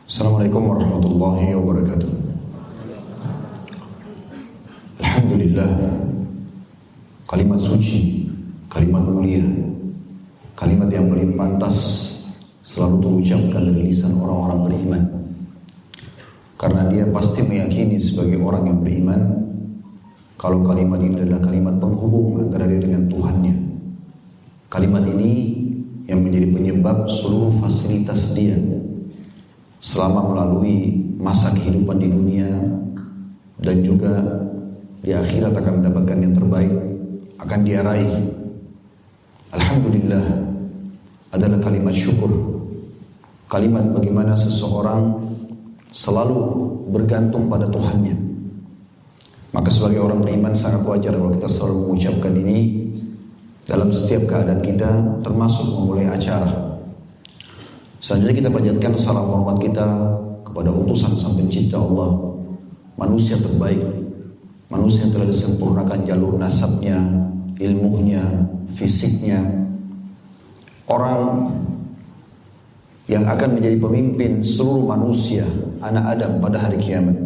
Assalamualaikum warahmatullahi wabarakatuh. Alhamdulillah, kalimat suci, kalimat mulia, kalimat yang paling pantas selalu terucapkan dari lisan orang-orang beriman. Karena dia pasti meyakini sebagai orang yang beriman kalau kalimat ini adalah kalimat penghubung antara dia dengan Tuhannya. Kalimat ini yang menjadi penyebab seluruh fasilitas dia selama melalui masa kehidupan di dunia dan juga di akhirat akan mendapatkan yang terbaik, akan dia raih. Alhamdulillah adalah kalimat syukur, kalimat bagaimana seseorang selalu bergantung pada Tuhannya. Maka sebagai orang beriman sangat wajar kalau kita selalu mengucapkan ini dalam setiap keadaan kita, termasuk memulai acara. Selanjutnya kita panjatkan salam hormat kita kepada utusan Sang Pencipta Allah, manusia terbaik, manusia yang telah disempurnakan jalur nasabnya, ilmunya, fisiknya, orang yang akan menjadi pemimpin seluruh manusia, anak Adam pada hari kiamat.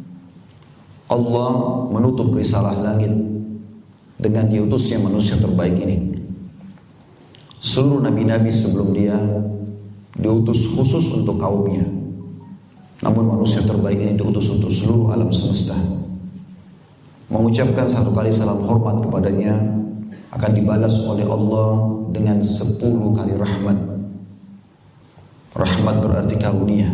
Allah menutup risalah langit dengan diutusnya manusia terbaik ini. Seluruh nabi-nabi sebelum dia diutus khusus untuk kaumnya, namun manusia terbaik ini diutus untuk seluruh alam semesta. Mengucapkan satu kali salam hormat kepadanya akan dibalas oleh Allah dengan 10 kali rahmat. Rahmat berarti karunia.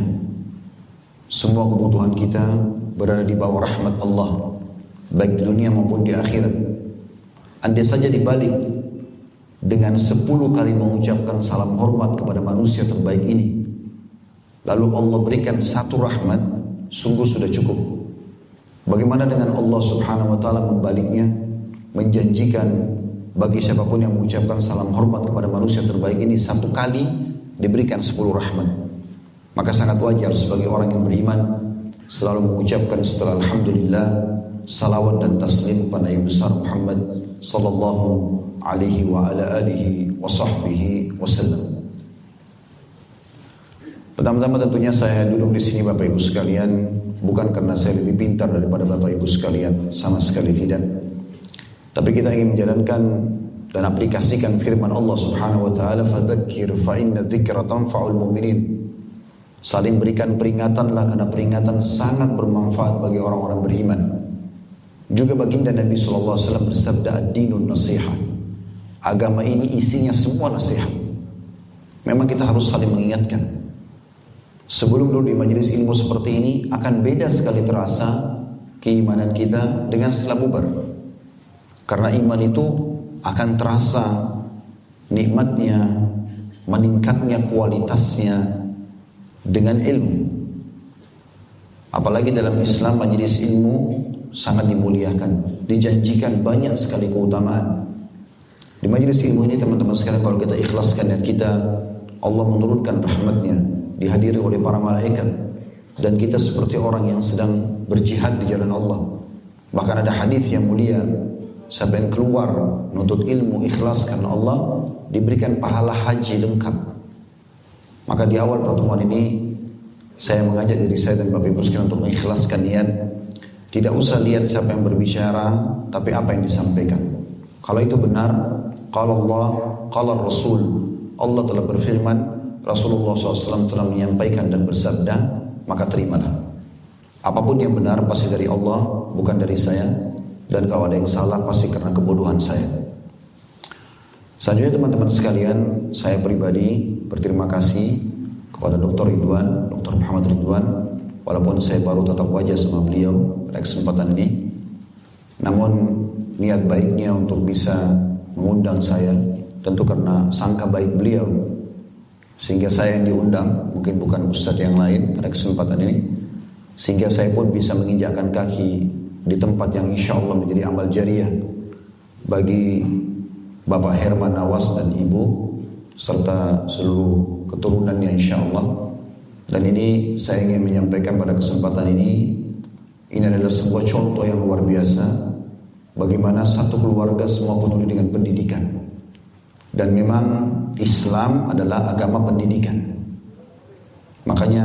Semua kebutuhan kita berada di bawah rahmat Allah, baik di dunia maupun di akhirat. Andai saja dibalik dengan 10 kali mengucapkan salam hormat kepada manusia terbaik ini, lalu Allah berikan satu rahmat, sungguh sudah cukup. Bagaimana dengan Allah subhanahu wa ta'ala membaliknya, menjanjikan bagi siapapun yang mengucapkan salam hormat kepada manusia terbaik ini satu kali diberikan 10 rahmat. Maka sangat wajar sebagai orang yang beriman selalu mengucapkan setelah alhamdulillah salawat dan taslim kepada Nabi besar Muhammad sallallahu alaihi wa ala alihi wa sahbihi wasallam. Pertama-tama tentunya saya duduk di sini Bapak Ibu sekalian bukan karena saya lebih pintar daripada Bapak Ibu sekalian, sama sekali tidak. Tapi kita ingin menjalankan dan aplikasikan firman Allah Subhanahu wa taala, fadzakir fa inna dzikra tanfa'ul mu'minin. Saling berikan peringatanlah karena peringatan sangat bermanfaat bagi orang-orang beriman. Juga baginda Nabi sallallahu alaihi wasallam bersabda, ad-dinun nasihat. Agama ini isinya semua nasihat. Memang kita harus saling mengingatkan. Sebelum dulu di majelis ilmu seperti ini akan beda sekali terasa keimanan kita dengan setelah bubar. Karena iman itu akan terasa nikmatnya, meningkatnya kualitasnya dengan ilmu. Apalagi dalam Islam majelis ilmu sangat dimuliakan, dijanjikan banyak sekali keutamaan. Di majelis ilmu ini teman-teman sekalian, kalau kita ikhlaskan niat kita, Allah menurunkan rahmatnya, dihadiri oleh para malaikat, dan kita seperti orang yang sedang berjihad di jalan Allah. Bahkan ada hadis yang mulia, siapa yang keluar menuntut ilmu ikhlas karena Allah, diberikan pahala haji lengkap. Maka di awal pertemuan ini saya mengajak diri saya dan Bapak Ibu sekalian untuk mengikhlaskan niat. Tidak usah lihat siapa yang berbicara, tapi apa yang disampaikan. Kalau itu benar, qala Allah, qala Rasul, Allah telah berfirman, Rasulullah SAW telah menyampaikan dan bersabda, maka terimalah. Apapun yang benar pasti dari Allah, bukan dari saya. Dan kalau ada yang salah pasti karena kebodohan saya. Selanjutnya teman-teman sekalian, saya pribadi berterima kasih kepada Dr. Ridwan, Dr. Muhammad Ridwan. Walaupun saya baru tatap wajah sama beliau pada kesempatan ini, namun niat baiknya untuk bisa mengundang saya tentu karena sangka baik beliau, sehingga saya yang diundang, mungkin bukan ustadz yang lain pada kesempatan ini, sehingga saya pun bisa menginjakkan kaki di tempat yang insya Allah menjadi amal jariah bagi Bapak Herman Nawas dan Ibu serta seluruh keturunannya insya Allah. Dan ini saya ingin menyampaikan pada kesempatan ini adalah sebuah contoh yang luar biasa bagaimana satu keluarga semua peduli dengan pendidikan. Dan memang Islam adalah agama pendidikan. Makanya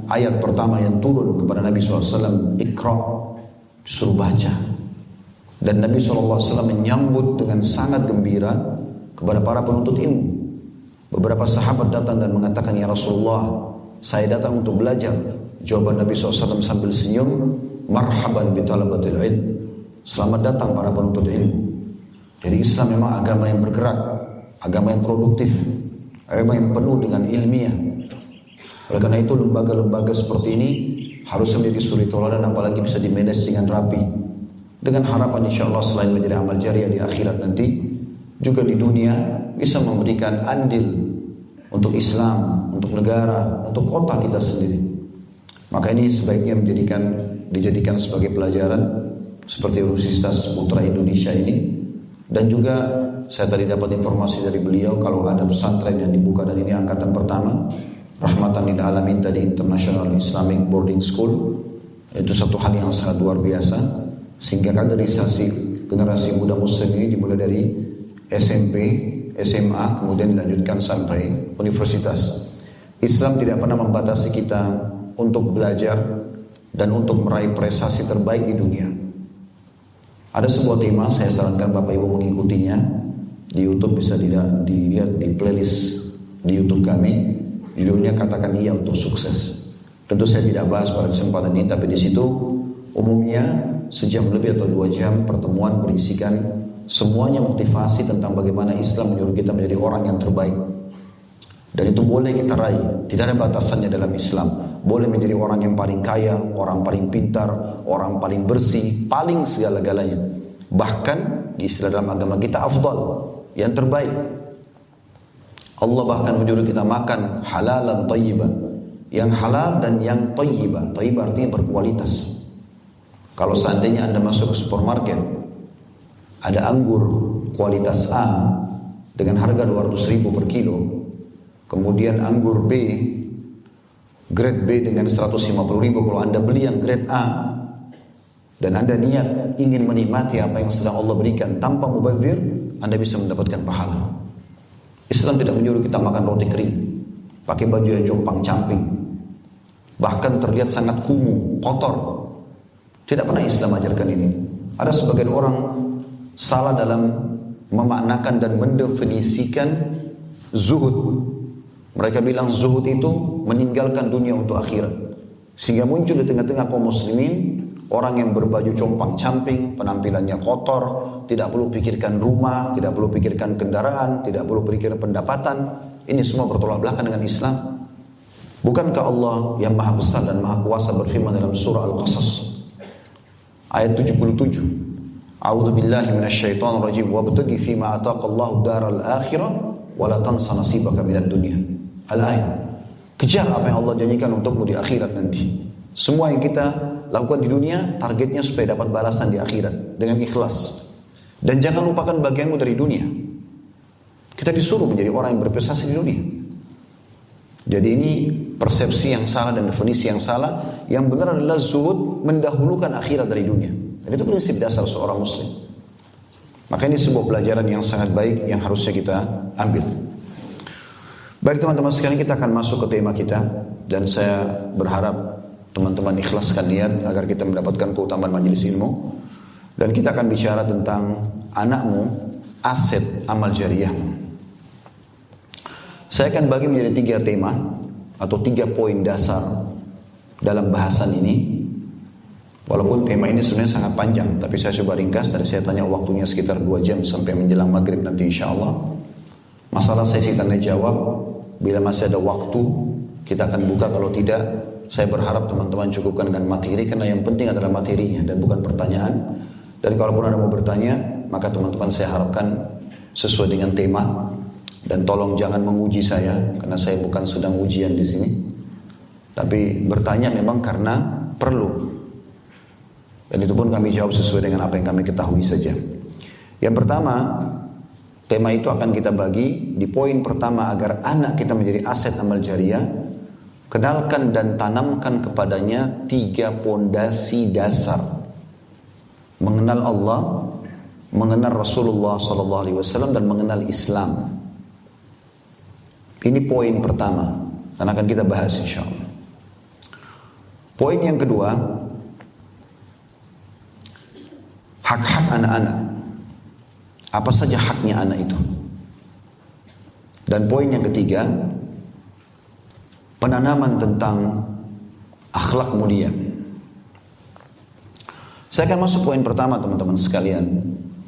ayat pertama yang turun kepada Nabi SAW, Iqra, disuruh baca. Dan Nabi SAW menyambut dengan sangat gembira kepada para penuntut ilmu. Beberapa sahabat datang dan mengatakan, ya Rasulullah, saya datang untuk belajar. Jawaban Nabi SAW sambil senyum, marhaban bi talabatil ilm, selamat datang para penuntut ilmu. Jadi Islam memang agama yang bergerak, agama yang produktif, agama yang penuh dengan ilmiah. Oleh karena itu lembaga-lembaga seperti ini harus menjadi suri tauladan, apalagi bisa dimanage dengan rapi. Dengan harapan insya Allah selain menjadi amal jariah di akhirat nanti, juga di dunia bisa memberikan andil untuk Islam, untuk negara, untuk kota kita sendiri. Maka ini sebaiknya dijadikan sebagai pelajaran seperti Universitas Putra Indonesia ini. Dan juga saya tadi dapat informasi dari beliau kalau ada pesantren yang dibuka, dan ini angkatan pertama, Rahmatan lil Alamin tadi, International Islamic Boarding School. Itu satu hal yang sangat luar biasa, sehingga kaderisasi generasi muda muslim ini dimulai dari SMP, SMA, kemudian dilanjutkan sampai universitas. Islam tidak pernah membatasi kita untuk belajar dan untuk meraih prestasi terbaik di dunia. Ada sebuah tema, saya sarankan Bapak Ibu mengikutinya. Di YouTube bisa dilihat di playlist di YouTube kami. Judulnya Katakan Iya Untuk Sukses. Tentu saya tidak bahas pada kesempatan ini, tapi di situ umumnya sejam lebih atau 2 jam pertemuan berisikan semuanya motivasi tentang bagaimana Islam menyuruh kita menjadi orang yang terbaik. Dan itu boleh kita raih, tidak ada batasannya dalam Islam. Boleh menjadi orang yang paling kaya, orang paling pintar, orang paling bersih, paling segala-galanya. Bahkan di istilah dalam agama kita afdal, yang terbaik. Allah bahkan menyuruh kita makan halalan thayyiban, yang halal dan yang thayyibah. Thayyibah artinya berkualitas. Kalau seandainya Anda masuk ke supermarket, ada anggur kualitas A dengan harga 200.000 per kilo, kemudian anggur B, grade B dengan 150.000. Kalau Anda beli yang grade A dan Anda niat ingin menikmati apa yang sedang Allah berikan tanpa mubazir, Anda bisa mendapatkan pahala. Islam tidak menyuruh kita makan roti kering, pakai baju yang jompang-camping, bahkan terlihat sangat kumuh, kotor. Tidak pernah Islam ajarkan ini. Ada sebagian orang salah dalam memaknakan dan mendefinisikan zuhud. Mereka bilang zuhud itu meninggalkan dunia untuk akhirat. Sehingga muncul di tengah-tengah kaum muslimin orang yang berbaju compang-camping, penampilannya kotor, tidak perlu pikirkan rumah, tidak perlu pikirkan kendaraan, tidak perlu pikirkan pendapatan. Ini semua bertolak belakang dengan Islam. Bukankah Allah yang maha besar dan maha kuasa berfirman dalam surah Al-Qasas ayat 77, A'udzu billahi minasyaitonir rajim, wabtaghi fima ataqallahu daral akhirah wa la tansa nasibaka minad dunya. Al-ayat. Kejar apa yang Allah janjikan untukmu di akhirat nanti. Semua yang kita lakukan di dunia targetnya supaya dapat balasan di akhirat dengan ikhlas. Dan jangan lupakan bagianmu dari dunia. Kita disuruh menjadi orang yang berprestasi di dunia. Jadi ini persepsi yang salah dan definisi yang salah. Yang benar adalah zuhud mendahulukan akhirat dari dunia. Dan itu prinsip dasar seorang muslim. Maka ini sebuah pelajaran yang sangat baik yang harusnya kita ambil. Baik teman-teman sekalian, kita akan masuk ke tema kita. Dan saya berharap teman-teman ikhlaskan niat agar kita mendapatkan keutamaan majelis ilmu. Dan kita akan bicara tentang anakmu, aset amal jariahmu. Saya akan bagi menjadi 3 tema atau 3 poin dasar dalam bahasan ini. Walaupun tema ini sebenarnya sangat panjang, tapi saya coba ringkas. Tadi saya tanya waktunya sekitar 2 jam sampai menjelang maghrib nanti insya Allah. Masalah sesi tanya jawab, bila masih ada waktu kita akan buka. Kalau tidak, saya berharap teman-teman cukupkan dengan materi, karena yang penting adalah materinya dan bukan pertanyaan. Dan kalaupun ada mau bertanya, maka teman-teman saya harapkan sesuai dengan tema. Dan tolong jangan menguji saya, karena saya bukan sedang ujian di sini. Tapi bertanya memang karena perlu. Dan itu pun kami jawab sesuai dengan apa yang kami ketahui saja. Yang pertama, tema itu akan kita bagi di poin pertama, agar anak kita menjadi aset amal jariah. Kenalkan dan tanamkan kepadanya 3 pondasi dasar. Mengenal Allah, mengenal Rasulullah SAW, dan mengenal Islam. Ini poin pertama dan akan kita bahas insya Allah. Poin yang kedua, hak-hak anak-anak. Apa saja haknya anak itu? Dan poin yang ketiga, penanaman tentang akhlak mulia. Saya akan masuk poin pertama teman-teman sekalian,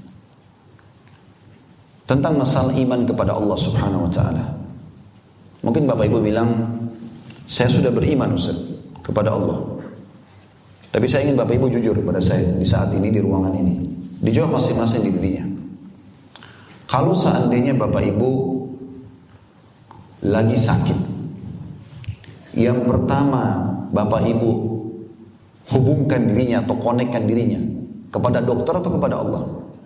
tentang masalah iman kepada Allah Subhanahu wa taala. Mungkin Bapak Ibu bilang, saya sudah beriman Ustaz kepada Allah. Tapi saya ingin Bapak Ibu jujur kepada saya di saat ini, di ruangan ini. Dijawab masing-masing di dirinya. Kalau seandainya Bapak Ibu lagi sakit, yang pertama Bapak Ibu hubungkan dirinya atau konekkan dirinya kepada dokter atau kepada Allah?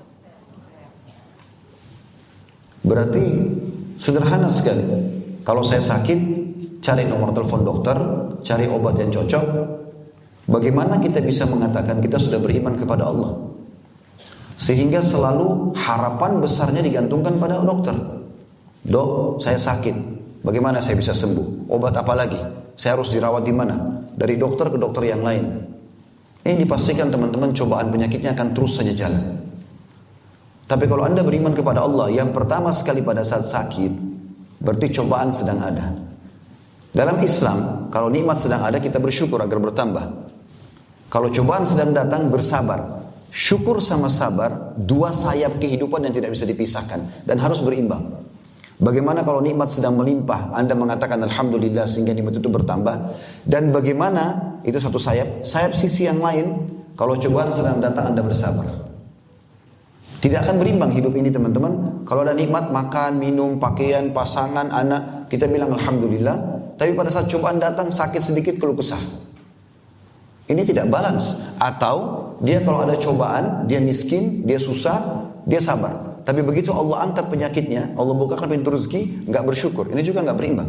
Berarti sederhana sekali. Kalau saya sakit, cari nomor telepon dokter, cari obat yang cocok. Bagaimana kita bisa mengatakan kita sudah beriman kepada Allah? Sehingga selalu harapan besarnya digantungkan pada dokter. Dok, saya sakit. Bagaimana saya bisa sembuh? Obat apa lagi? Saya harus dirawat di mana? Dari dokter ke dokter yang lain. Ini dipastikan teman-teman cobaan penyakitnya akan terus saja jalan. Tapi kalau Anda beriman kepada Allah, yang pertama sekali pada saat sakit, berarti cobaan sedang ada. Dalam Islam, kalau nikmat sedang ada, kita bersyukur agar bertambah. Kalau cobaan sedang datang, bersabar. Syukur sama sabar, dua sayap kehidupan yang tidak bisa dipisahkan dan harus berimbang. Bagaimana kalau nikmat sedang melimpah, Anda mengatakan Alhamdulillah sehingga nikmat itu bertambah. Dan bagaimana, itu satu sayap. Sayap sisi yang lain, kalau cobaan sedang datang, Anda bersabar. Tidak akan berimbang hidup ini teman-teman. Kalau ada nikmat, makan, minum, pakaian, pasangan, anak, kita bilang Alhamdulillah. Tapi pada saat cobaan datang, sakit sedikit, keluh kesah. Ini tidak balance. Atau dia kalau ada cobaan, dia miskin, dia susah, dia sabar. Tapi begitu Allah angkat penyakitnya, Allah bukakan pintu rezeki, nggak bersyukur. Ini juga nggak berimbang.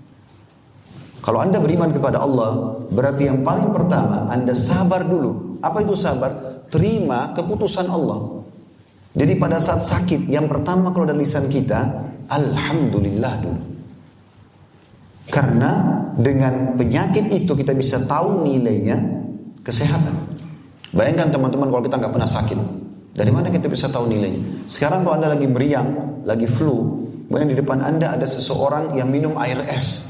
Kalau Anda beriman kepada Allah, berarti yang paling pertama Anda sabar dulu. Apa itu sabar? Terima keputusan Allah. Jadi pada saat sakit, yang pertama kalau dari lisan kita, Alhamdulillah dulu. Karena dengan penyakit itu kita bisa tahu nilainya kesehatan. Bayangkan teman-teman kalau kita nggak pernah sakit, dari mana kita bisa tahu nilainya? Sekarang kalau Anda lagi meriang, lagi flu, bayangkan di depan Anda ada seseorang yang minum air es.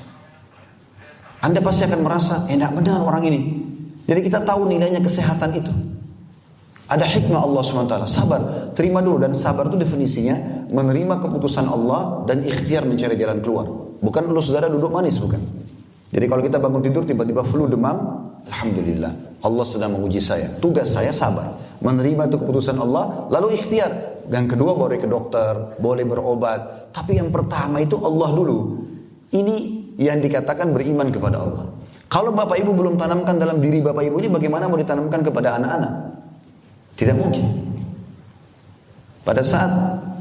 Anda pasti akan merasa enak benar orang ini. Jadi kita tahu nilainya kesehatan itu. Ada hikmah Allah SWT. Sabar, terima dulu. Dan sabar itu definisinya menerima keputusan Allah dan ikhtiar mencari jalan keluar. Bukan lu saudara duduk manis, bukan. Jadi kalau kita bangun tidur tiba-tiba flu demam, Alhamdulillah Allah sedang menguji saya. Tugas saya sabar, menerima itu keputusan Allah, lalu ikhtiar. Yang kedua boleh ke dokter, boleh berobat. Tapi yang pertama itu Allah dulu. Ini yang dikatakan beriman kepada Allah. Kalau Bapak Ibu belum tanamkan dalam diri Bapak Ibu ini, bagaimana mau ditanamkan kepada anak-anak? Tidak mungkin. Pada saat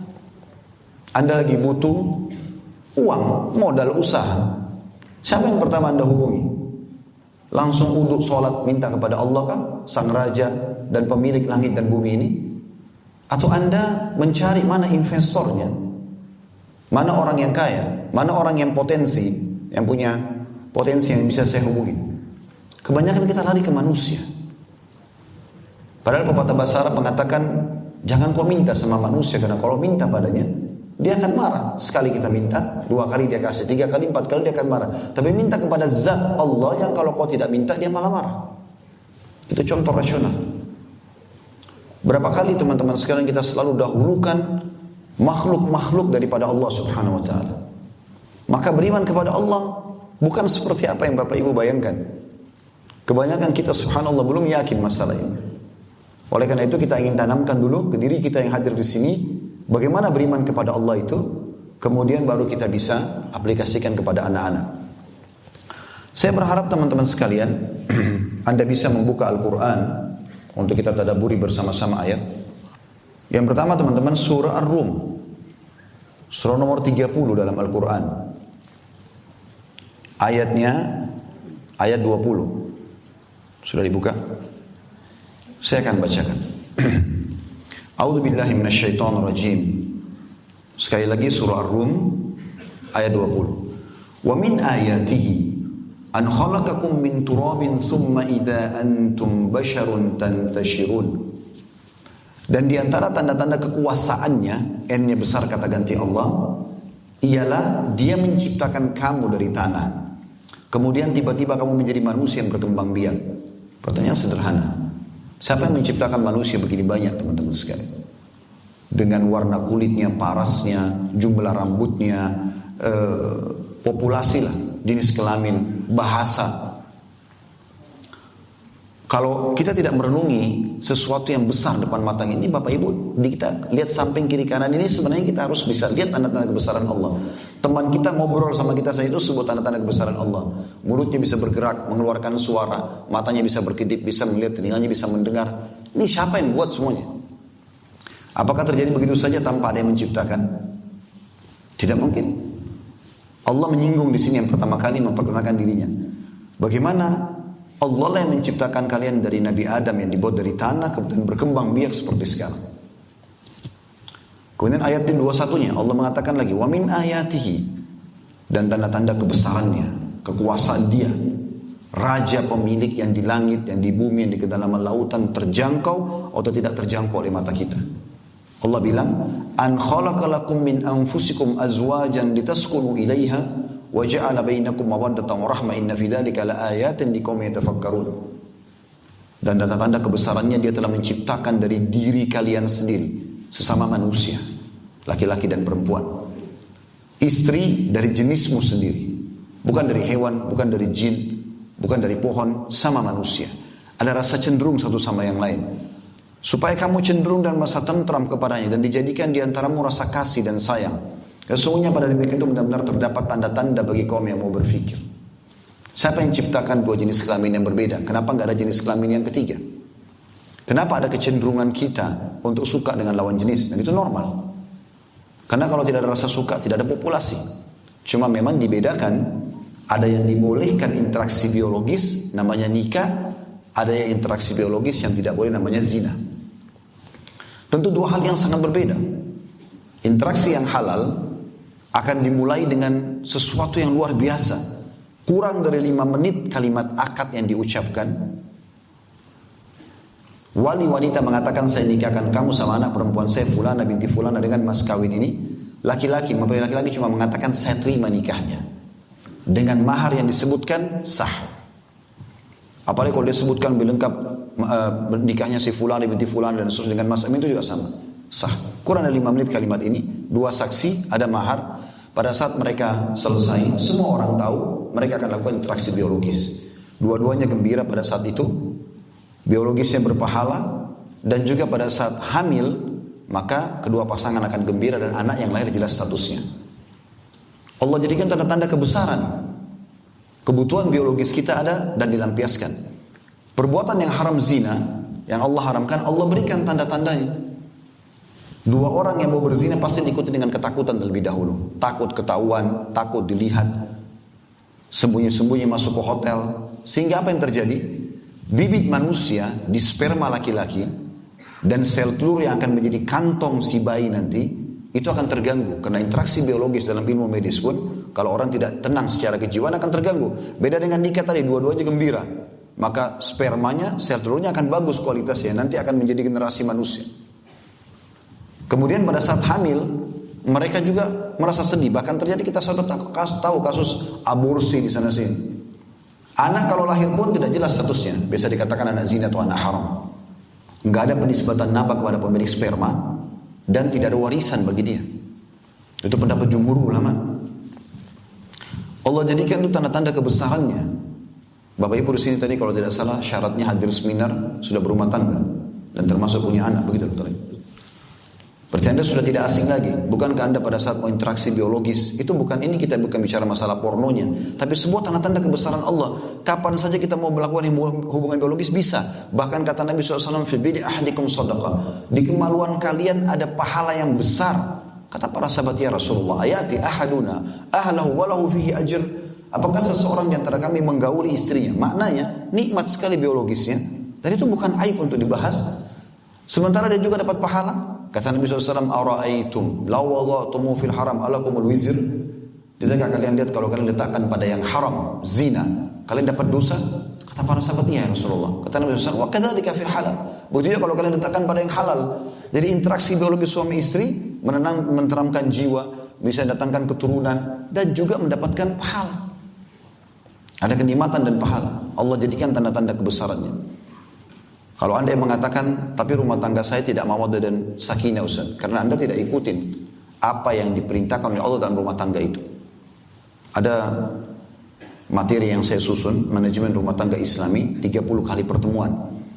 Anda lagi butuh uang, modal usaha, siapa yang pertama Anda hubungi? Langsung uduk sholat minta kepada Allah kah? Sang Raja dan pemilik langit dan bumi ini? Atau Anda mencari mana investornya? Mana orang yang kaya? Mana orang yang potensi, yang punya potensi yang bisa saya hubungi? Kebanyakan kita lari ke manusia. Padahal pepatah bahasa Arab mengatakan, jangan kau minta sama manusia, karena kalau minta padanya, dia akan marah. Sekali kita minta, 2 kali dia kasih, 3 kali, 4 kali dia akan marah. Tapi minta kepada zat Allah yang kalau kau tidak minta, dia malah marah. Itu contoh rasional. Berapa kali teman-teman sekalian kita selalu dahulukan makhluk-makhluk daripada Allah Subhanahu wa ta'ala. Maka beriman kepada Allah bukan seperti apa yang Bapak Ibu bayangkan. Kebanyakan kita subhanallah belum yakin masalah ini. Oleh karena itu kita ingin tanamkan dulu ke diri kita yang hadir di sini, bagaimana beriman kepada Allah itu, kemudian baru kita bisa aplikasikan kepada anak-anak. Saya berharap teman-teman sekalian, Anda bisa membuka Al-Quran untuk kita tadabburi bersama-sama ayat. Yang pertama teman-teman, surah Ar-Rum, surah nomor 30 dalam Al-Quran. Ayatnya, ayat 20. Sudah dibuka? Saya akan bacakan. A'udzubillahi minasyaitonirrajim. Sekali lagi surah Ar-Rum ayat 20. Wa min ayatihi An khalaqakum min turabin thumma idza antum basharun tantashirun. Dan di antara tanda-tanda kekuasaannya, N-nya besar kata ganti Allah, ialah dia menciptakan kamu dari tanah. Kemudian tiba-tiba kamu menjadi manusia yang berkembang biak. Pertanyaan sederhana. Siapa yang menciptakan manusia begini banyak, teman-teman sekalian? Dengan warna kulitnya, parasnya, jumlah rambutnya, populasi lah, jenis kelamin, bahasa. Kalau kita tidak merenungi sesuatu yang besar depan mata ini, Bapak Ibu, kita lihat samping kiri kanan ini, sebenarnya kita harus bisa lihat tanda-tanda kebesaran Allah. Teman kita ngobrol sama kita saja itu sebuah tanda-tanda kebesaran Allah. Mulutnya bisa bergerak, mengeluarkan suara, matanya bisa berkedip, bisa melihat, telinganya bisa mendengar. Ini siapa yang buat semuanya? Apakah terjadi begitu saja tanpa ada yang menciptakan? Tidak mungkin. Allah menyinggung di sini yang pertama kali memperkenalkan dirinya. Bagaimana Allah lah yang menciptakan kalian dari Nabi Adam yang dibuat dari tanah kemudian berkembang biak seperti sekarang. Kemudian ayat 21-nya Allah mengatakan lagi, wa min ayatihi, dan tanda-tanda kebesarannya, kekuasaan dia, raja pemilik yang di langit, yang di bumi, yang di kedalaman lautan, terjangkau atau tidak terjangkau oleh mata kita. Allah bilang, an khalaqalakum min anfusikum azwajan litaskunu ilaiha wa ja'ala bainakum mawaddatan wa rahmah inna fi dzalika laayatin liqaumin yatafakkarun. Dan tanda-tanda kebesarannya dia telah menciptakan dari diri kalian sendiri, sesama manusia, laki-laki dan perempuan. Istri dari jenismu sendiri, bukan dari hewan, bukan dari jin, bukan dari pohon, sama manusia. Ada rasa cenderung satu sama yang lain. Supaya kamu cenderung dan merasa tentram kepadanya dan dijadikan di antaramu rasa kasih dan sayang. Sesungguhnya pada demikian itu benar-benar terdapat tanda-tanda bagi kaum yang mau berfikir. Siapa yang ciptakan dua jenis kelamin yang berbeda? Kenapa enggak ada jenis kelamin yang ketiga? Kenapa ada kecenderungan kita untuk suka dengan lawan jenis? Dan itu normal. Karena kalau tidak ada rasa suka, tidak ada populasi. Cuma memang dibedakan, ada yang dibolehkan interaksi biologis, namanya nikah. Ada yang interaksi biologis yang tidak boleh, namanya zina. Tentu dua hal yang sangat berbeda. Interaksi yang halal akan dimulai dengan sesuatu yang luar biasa. Kurang dari 5 menit kalimat akad yang diucapkan. Wali wanita mengatakan, saya nikahkan kamu sama anak perempuan saya Fulana binti Fulana dengan mas kawin ini. Laki-laki, mempelai laki-laki cuma mengatakan saya terima nikahnya. Dengan mahar yang disebutkan sah. Apalagi kalau dia sebutkan lebih lengkap nikahnya si Fulana binti Fulana dan seterusnya dengan mas Amin, itu juga sama. Sah. Kurang dari 5 menit kalimat ini, 2 saksi, ada mahar. Pada saat mereka selesai, semua orang tahu mereka akan lakukan interaksi biologis. Dua-duanya gembira pada saat itu, biologisnya berpahala, dan juga pada saat hamil, maka kedua pasangan akan gembira dan anak yang lahir jelas statusnya. Allah jadikan tanda-tanda kebesaran. Kebutuhan biologis kita ada dan dilampiaskan. Perbuatan yang haram zina, yang Allah haramkan, Allah berikan tanda-tandanya. 2 orang yang mau berzina pasti diikuti dengan ketakutan terlebih dahulu. Takut ketahuan, takut dilihat, sembunyi-sembunyi masuk ke hotel. Sehingga apa yang terjadi? Bibit manusia di sperma laki-laki dan sel telur yang akan menjadi kantong si bayi nanti, itu akan terganggu. Karena interaksi biologis dalam ilmu medis pun, kalau orang tidak tenang secara kejiwaan akan terganggu. Beda dengan nikah tadi, dua-duanya gembira. Maka spermanya, sel telurnya akan bagus kualitasnya. Nanti akan menjadi generasi manusia. Kemudian pada saat hamil, mereka juga merasa sedih. Bahkan terjadi, kita sudah tahu kasus aborsi di sana sini. Anak kalau lahir pun tidak jelas statusnya. Biasa dikatakan anak zina atau anak haram. Enggak ada penisbatan nabak kepada pemilik sperma. Dan tidak ada warisan bagi dia. Itu pendapat jumhur ulama. Allah jadikan itu tanda-tanda kebesarannya. Bapak Ibu di sini tadi kalau tidak salah syaratnya hadir seminar, sudah berumah tangga dan termasuk punya anak, begitu dokter. Berarti Anda sudah tidak asing lagi. Bukankah Anda pada saat mau interaksi biologis, itu bukan, ini kita bukan bicara masalah pornonya, tapi sebuah tanda-tanda kebesaran Allah. Kapan saja kita mau melakukan hubungan biologis bisa. Bahkan kata Nabi SAW, fi bidi ahadikum sadaqah. Di kemaluan kalian ada pahala yang besar. Kata para sahabat, ya Rasulullah, ayati ahaduna ahlahu walahu fihi ajr. Apakah seseorang di antara kami menggauli istrinya? Maknanya nikmat sekali biologisnya, dan itu bukan aib untuk dibahas. Sementara dia juga dapat pahala. Kata Nabi SAW, ara'aitum law wada'tumu fil haram alakumul wizr. Tidakkah kalian lihat kalau kalian letakkan pada yang haram, zina, Kalian dapat dosa? Kata para sahabat, iya Rasulullah. Kata Nabi SAW, wa kadzalika fil halal. Buktinya kalau kalian letakkan pada yang halal. Jadi interaksi biologi suami istri menenteramkan jiwa, bisa datangkan keturunan, dan juga mendapatkan pahala. Ada kenikmatan dan pahala. Allah jadikan tanda-tanda kebesarannya. Kalau anda yang mengatakan, tapi rumah tangga saya tidak mawaddah dan sakinah Ustaz, karena anda tidak ikutin apa yang diperintahkan oleh Allah dalam rumah tangga itu. Ada materi yang saya susun, manajemen rumah tangga Islami, 30 kali pertemuan.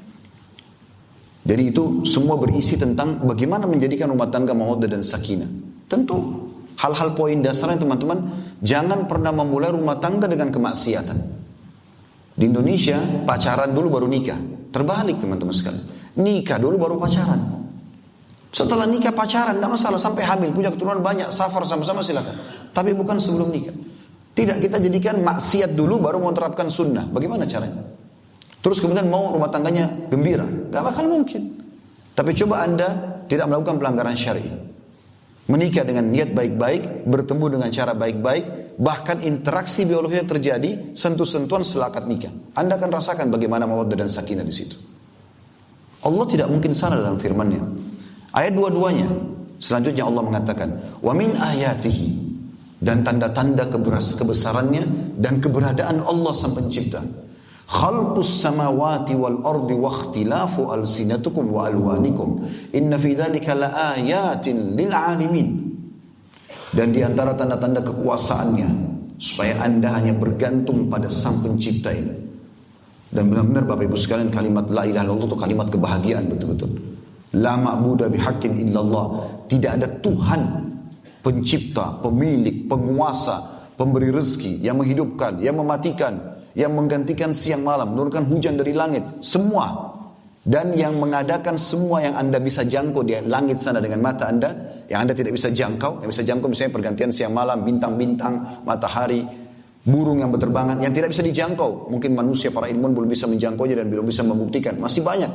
Jadi itu semua berisi tentang bagaimana menjadikan rumah tangga mawaddah dan sakinah. Tentu hal-hal poin dasarnya teman-teman, jangan pernah memulai rumah tangga dengan kemaksiatan. Di Indonesia pacaran dulu baru nikah. Terbalik teman-teman sekalian. Nikah dulu baru pacaran. Setelah nikah pacaran tidak masalah, sampai hamil punya keturunan banyak, safar sama-sama silakan. Tapi bukan sebelum nikah. Tidak, kita jadikan maksiat dulu baru mau menerapkan sunnah. Bagaimana caranya? Terus kemudian mau rumah tangganya gembira. Gak bakal mungkin. Tapi coba anda tidak melakukan pelanggaran syar'i. Menikah dengan niat baik-baik, bertemu dengan cara baik-baik, bahkan interaksi biologisnya terjadi, sentuh-sentuhan setelah akad nikah. Anda akan rasakan bagaimana mawaddah dan sakinah di situ. Allah tidak mungkin salah dalam firman-Nya. Ayat dua-duanya. Selanjutnya Allah mengatakan, wa min ayatihi, dan tanda-tanda kebesarannya dan keberadaan Allah sang pencipta. Khalqus samawati wal ardi wa ikhtilafu alsinatukum wa alwanikum inna fi dzalika laayatin lil alamin. Dan di antara tanda-tanda kekuasaannya supaya anda hanya bergantung pada sang pencipta ini. Dan benar-benar Bapak Ibu sekalian, kalimat la ilaha illallah itu kalimat kebahagiaan betul-betul. La ma'budu bihaqqin illallah. Tidak ada Tuhan pencipta, pemilik, penguasa, pemberi rezeki, yang menghidupkan, yang mematikan, yang menggantikan siang malam, menurunkan hujan dari langit, semua. Dan yang mengadakan semua yang anda bisa jangkau di langit sana dengan mata anda, yang anda tidak bisa jangkau. Yang bisa jangkau misalnya pergantian siang malam, bintang-bintang, matahari, burung yang berterbangan. Yang tidak bisa dijangkau, mungkin manusia, para ilmuwan belum bisa menjangkaunya dan belum bisa membuktikan. Masih banyak.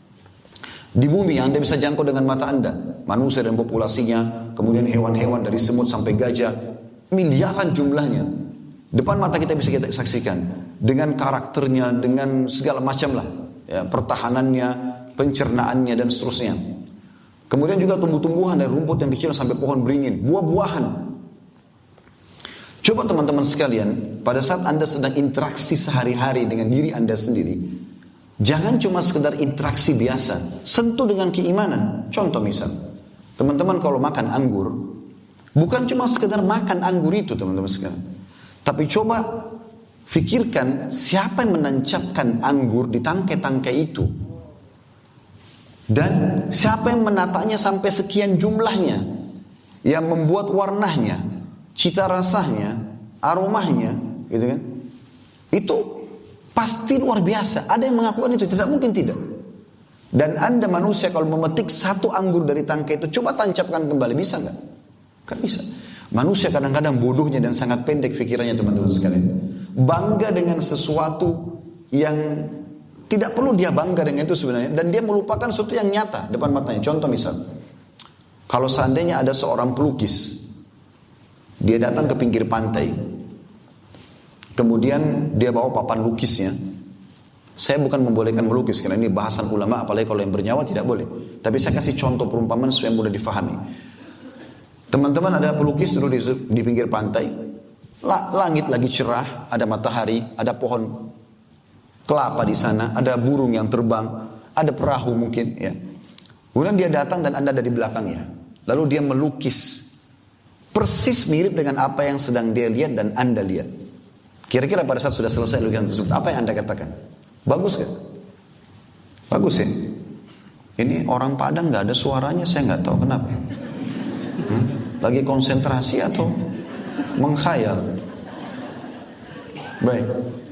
Di bumi yang anda bisa jangkau dengan mata anda, manusia dan populasinya, kemudian hewan-hewan dari semut sampai gajah, miliaran jumlahnya. Depan mata kita bisa kita saksikan dengan karakternya, dengan segala macam lah, ya, pertahanannya, pencernaannya dan seterusnya. Kemudian juga tumbuh-tumbuhan dari rumput yang kecil sampai pohon beringin, buah-buahan. Coba teman-teman sekalian, pada saat anda sedang interaksi sehari-hari dengan diri anda sendiri, jangan cuma sekedar interaksi biasa, sentuh dengan keimanan. Contoh misal, teman-teman kalau makan anggur, bukan cuma sekedar makan anggur itu teman-teman sekalian. Tapi coba fikirkan siapa yang menancapkan anggur di tangkai-tangkai itu. Dan siapa yang menatanya sampai sekian jumlahnya. Yang membuat warnanya, cita rasanya, aromanya, gitu kan. Itu pasti luar biasa. Ada yang mengakukan itu, tidak mungkin tidak. Dan anda manusia kalau memetik satu anggur dari tangkai itu, coba tancapkan kembali, bisa nggak? Kan bisa. Manusia kadang-kadang bodohnya dan sangat pendek pikirannya teman-teman sekalian. Bangga dengan sesuatu yang tidak perlu dia bangga dengan itu sebenarnya. Dan dia melupakan sesuatu yang nyata depan matanya. Contoh misal, kalau seandainya ada seorang pelukis, dia datang ke pinggir pantai, kemudian dia bawa papan lukisnya. Saya bukan membolehkan melukis, karena ini bahasan ulama, apalagi kalau yang bernyawa tidak boleh. Tapi saya kasih contoh perumpamaan supaya mudah difahami. Teman-teman ada pelukis dulu di pinggir pantai, langit lagi cerah, ada matahari, ada pohon kelapa di sana, ada burung yang terbang, ada perahu mungkin, ya. Kemudian dia datang dan anda ada di belakangnya, lalu dia melukis persis mirip dengan apa yang sedang dia lihat dan anda lihat. Kira-kira pada saat sudah selesai lukisan tersebut, apa yang anda katakan? Bagus kan? Bagus ya? Ini orang Padang nggak ada suaranya, saya nggak tahu kenapa. Lagi konsentrasi atau menghayal? Baik.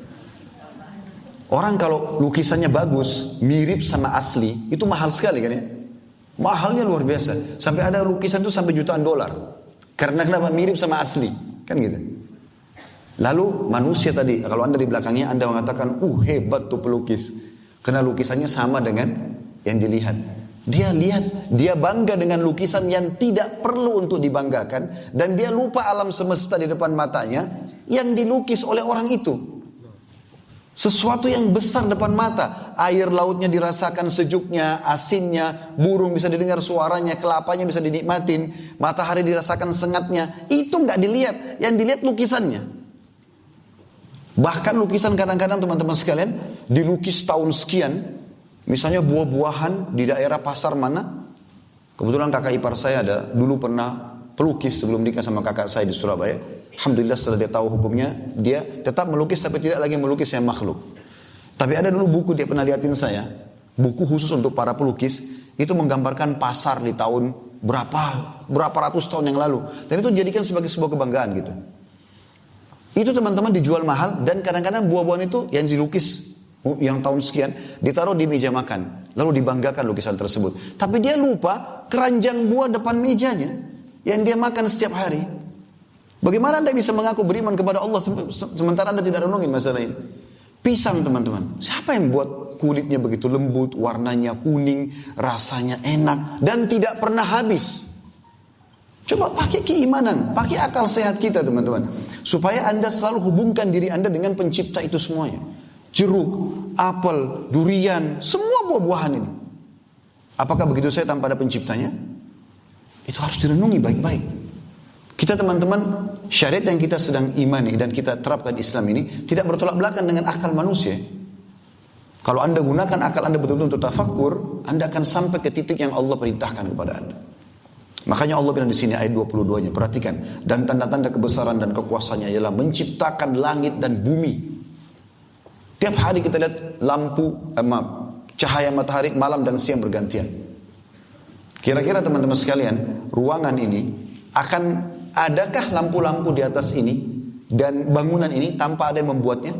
Orang kalau lukisannya bagus, mirip sama asli, itu mahal sekali kan ya? Mahalnya luar biasa. Sampai ada lukisan itu sampai jutaan dolar. Karena kenapa? Mirip sama asli, kan gitu. Lalu manusia tadi, kalau anda di belakangnya, anda mengatakan, hebat tuh pelukis. Karena lukisannya sama dengan yang dilihat. Dia lihat, dia bangga dengan lukisan yang tidak perlu untuk dibanggakan. Dan dia lupa alam semesta di depan matanya yang dilukis oleh orang itu. Sesuatu yang besar depan mata. Air lautnya dirasakan sejuknya, asinnya, burung bisa didengar suaranya, kelapanya bisa dinikmatin, matahari dirasakan sengatnya. Itu nggak dilihat, yang dilihat lukisannya. Bahkan lukisan kadang-kadang teman-teman sekalian, dilukis tahun sekian, misalnya buah-buahan di daerah pasar mana. Kebetulan kakak ipar saya dulu pernah pelukis sebelum nikah sama kakak saya di Surabaya. Alhamdulillah setelah dia tahu hukumnya, dia tetap melukis tapi tidak lagi melukis yang makhluk. Tapi ada dulu buku dia pernah liatin saya, buku khusus untuk para pelukis, itu menggambarkan pasar di tahun berapa ratus tahun yang lalu. Dan itu dijadikan sebagai sebuah kebanggaan gitu. Itu teman-teman dijual mahal dan kadang-kadang buah-buahan itu yang dilukis yang tahun sekian ditaruh di meja makan. Lalu dibanggakan lukisan tersebut. Tapi dia lupa keranjang buah depan mejanya yang dia makan setiap hari. Bagaimana Anda bisa mengaku beriman kepada Allah sementara Anda tidak renungin masalah ini? Pisang teman-teman. Siapa yang buat kulitnya begitu lembut, warnanya kuning, rasanya enak dan tidak pernah habis? Coba pakai keimanan, pakai akal sehat kita teman-teman. Supaya Anda selalu hubungkan diri Anda dengan pencipta itu semuanya. Jeruk, apel, durian, semua buah-buahan ini. Apakah begitu saya tanpa ada penciptanya? Itu harus direnungi baik-baik. Kita teman-teman, syariat yang kita sedang imani dan kita terapkan Islam ini tidak bertolak belakang dengan akal manusia. Kalau Anda gunakan akal Anda betul-betul untuk tafakkur, Anda akan sampai ke titik yang Allah perintahkan kepada Anda. Makanya Allah bilang di sini ayat 22-nya, perhatikan, dan tanda-tanda kebesaran dan kekuasaannya ialah menciptakan langit dan bumi. Tiap hari kita lihat cahaya matahari malam dan siang bergantian. Kira-kira teman-teman sekalian, ruangan ini adakah lampu-lampu di atas ini dan bangunan ini tanpa ada yang membuatnya?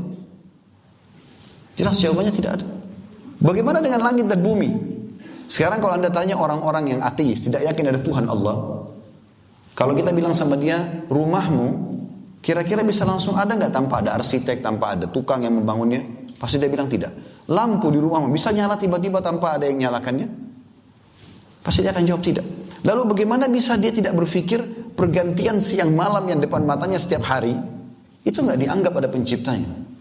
Jelas jawabannya tidak ada. Bagaimana dengan langit dan bumi? Sekarang kalau Anda tanya orang-orang yang ateis, tidak yakin ada Tuhan Allah, kalau kita bilang sama dia, rumahmu kira-kira bisa langsung ada nggak tanpa ada arsitek, tanpa ada tukang yang membangunnya? Pasti dia bilang tidak. Lampu di rumahmu bisa nyala tiba-tiba tanpa ada yang nyalakannya? Pasti dia akan jawab tidak. Lalu bagaimana bisa dia tidak berpikir pergantian siang malam yang depan matanya setiap hari itu nggak dianggap ada penciptanya?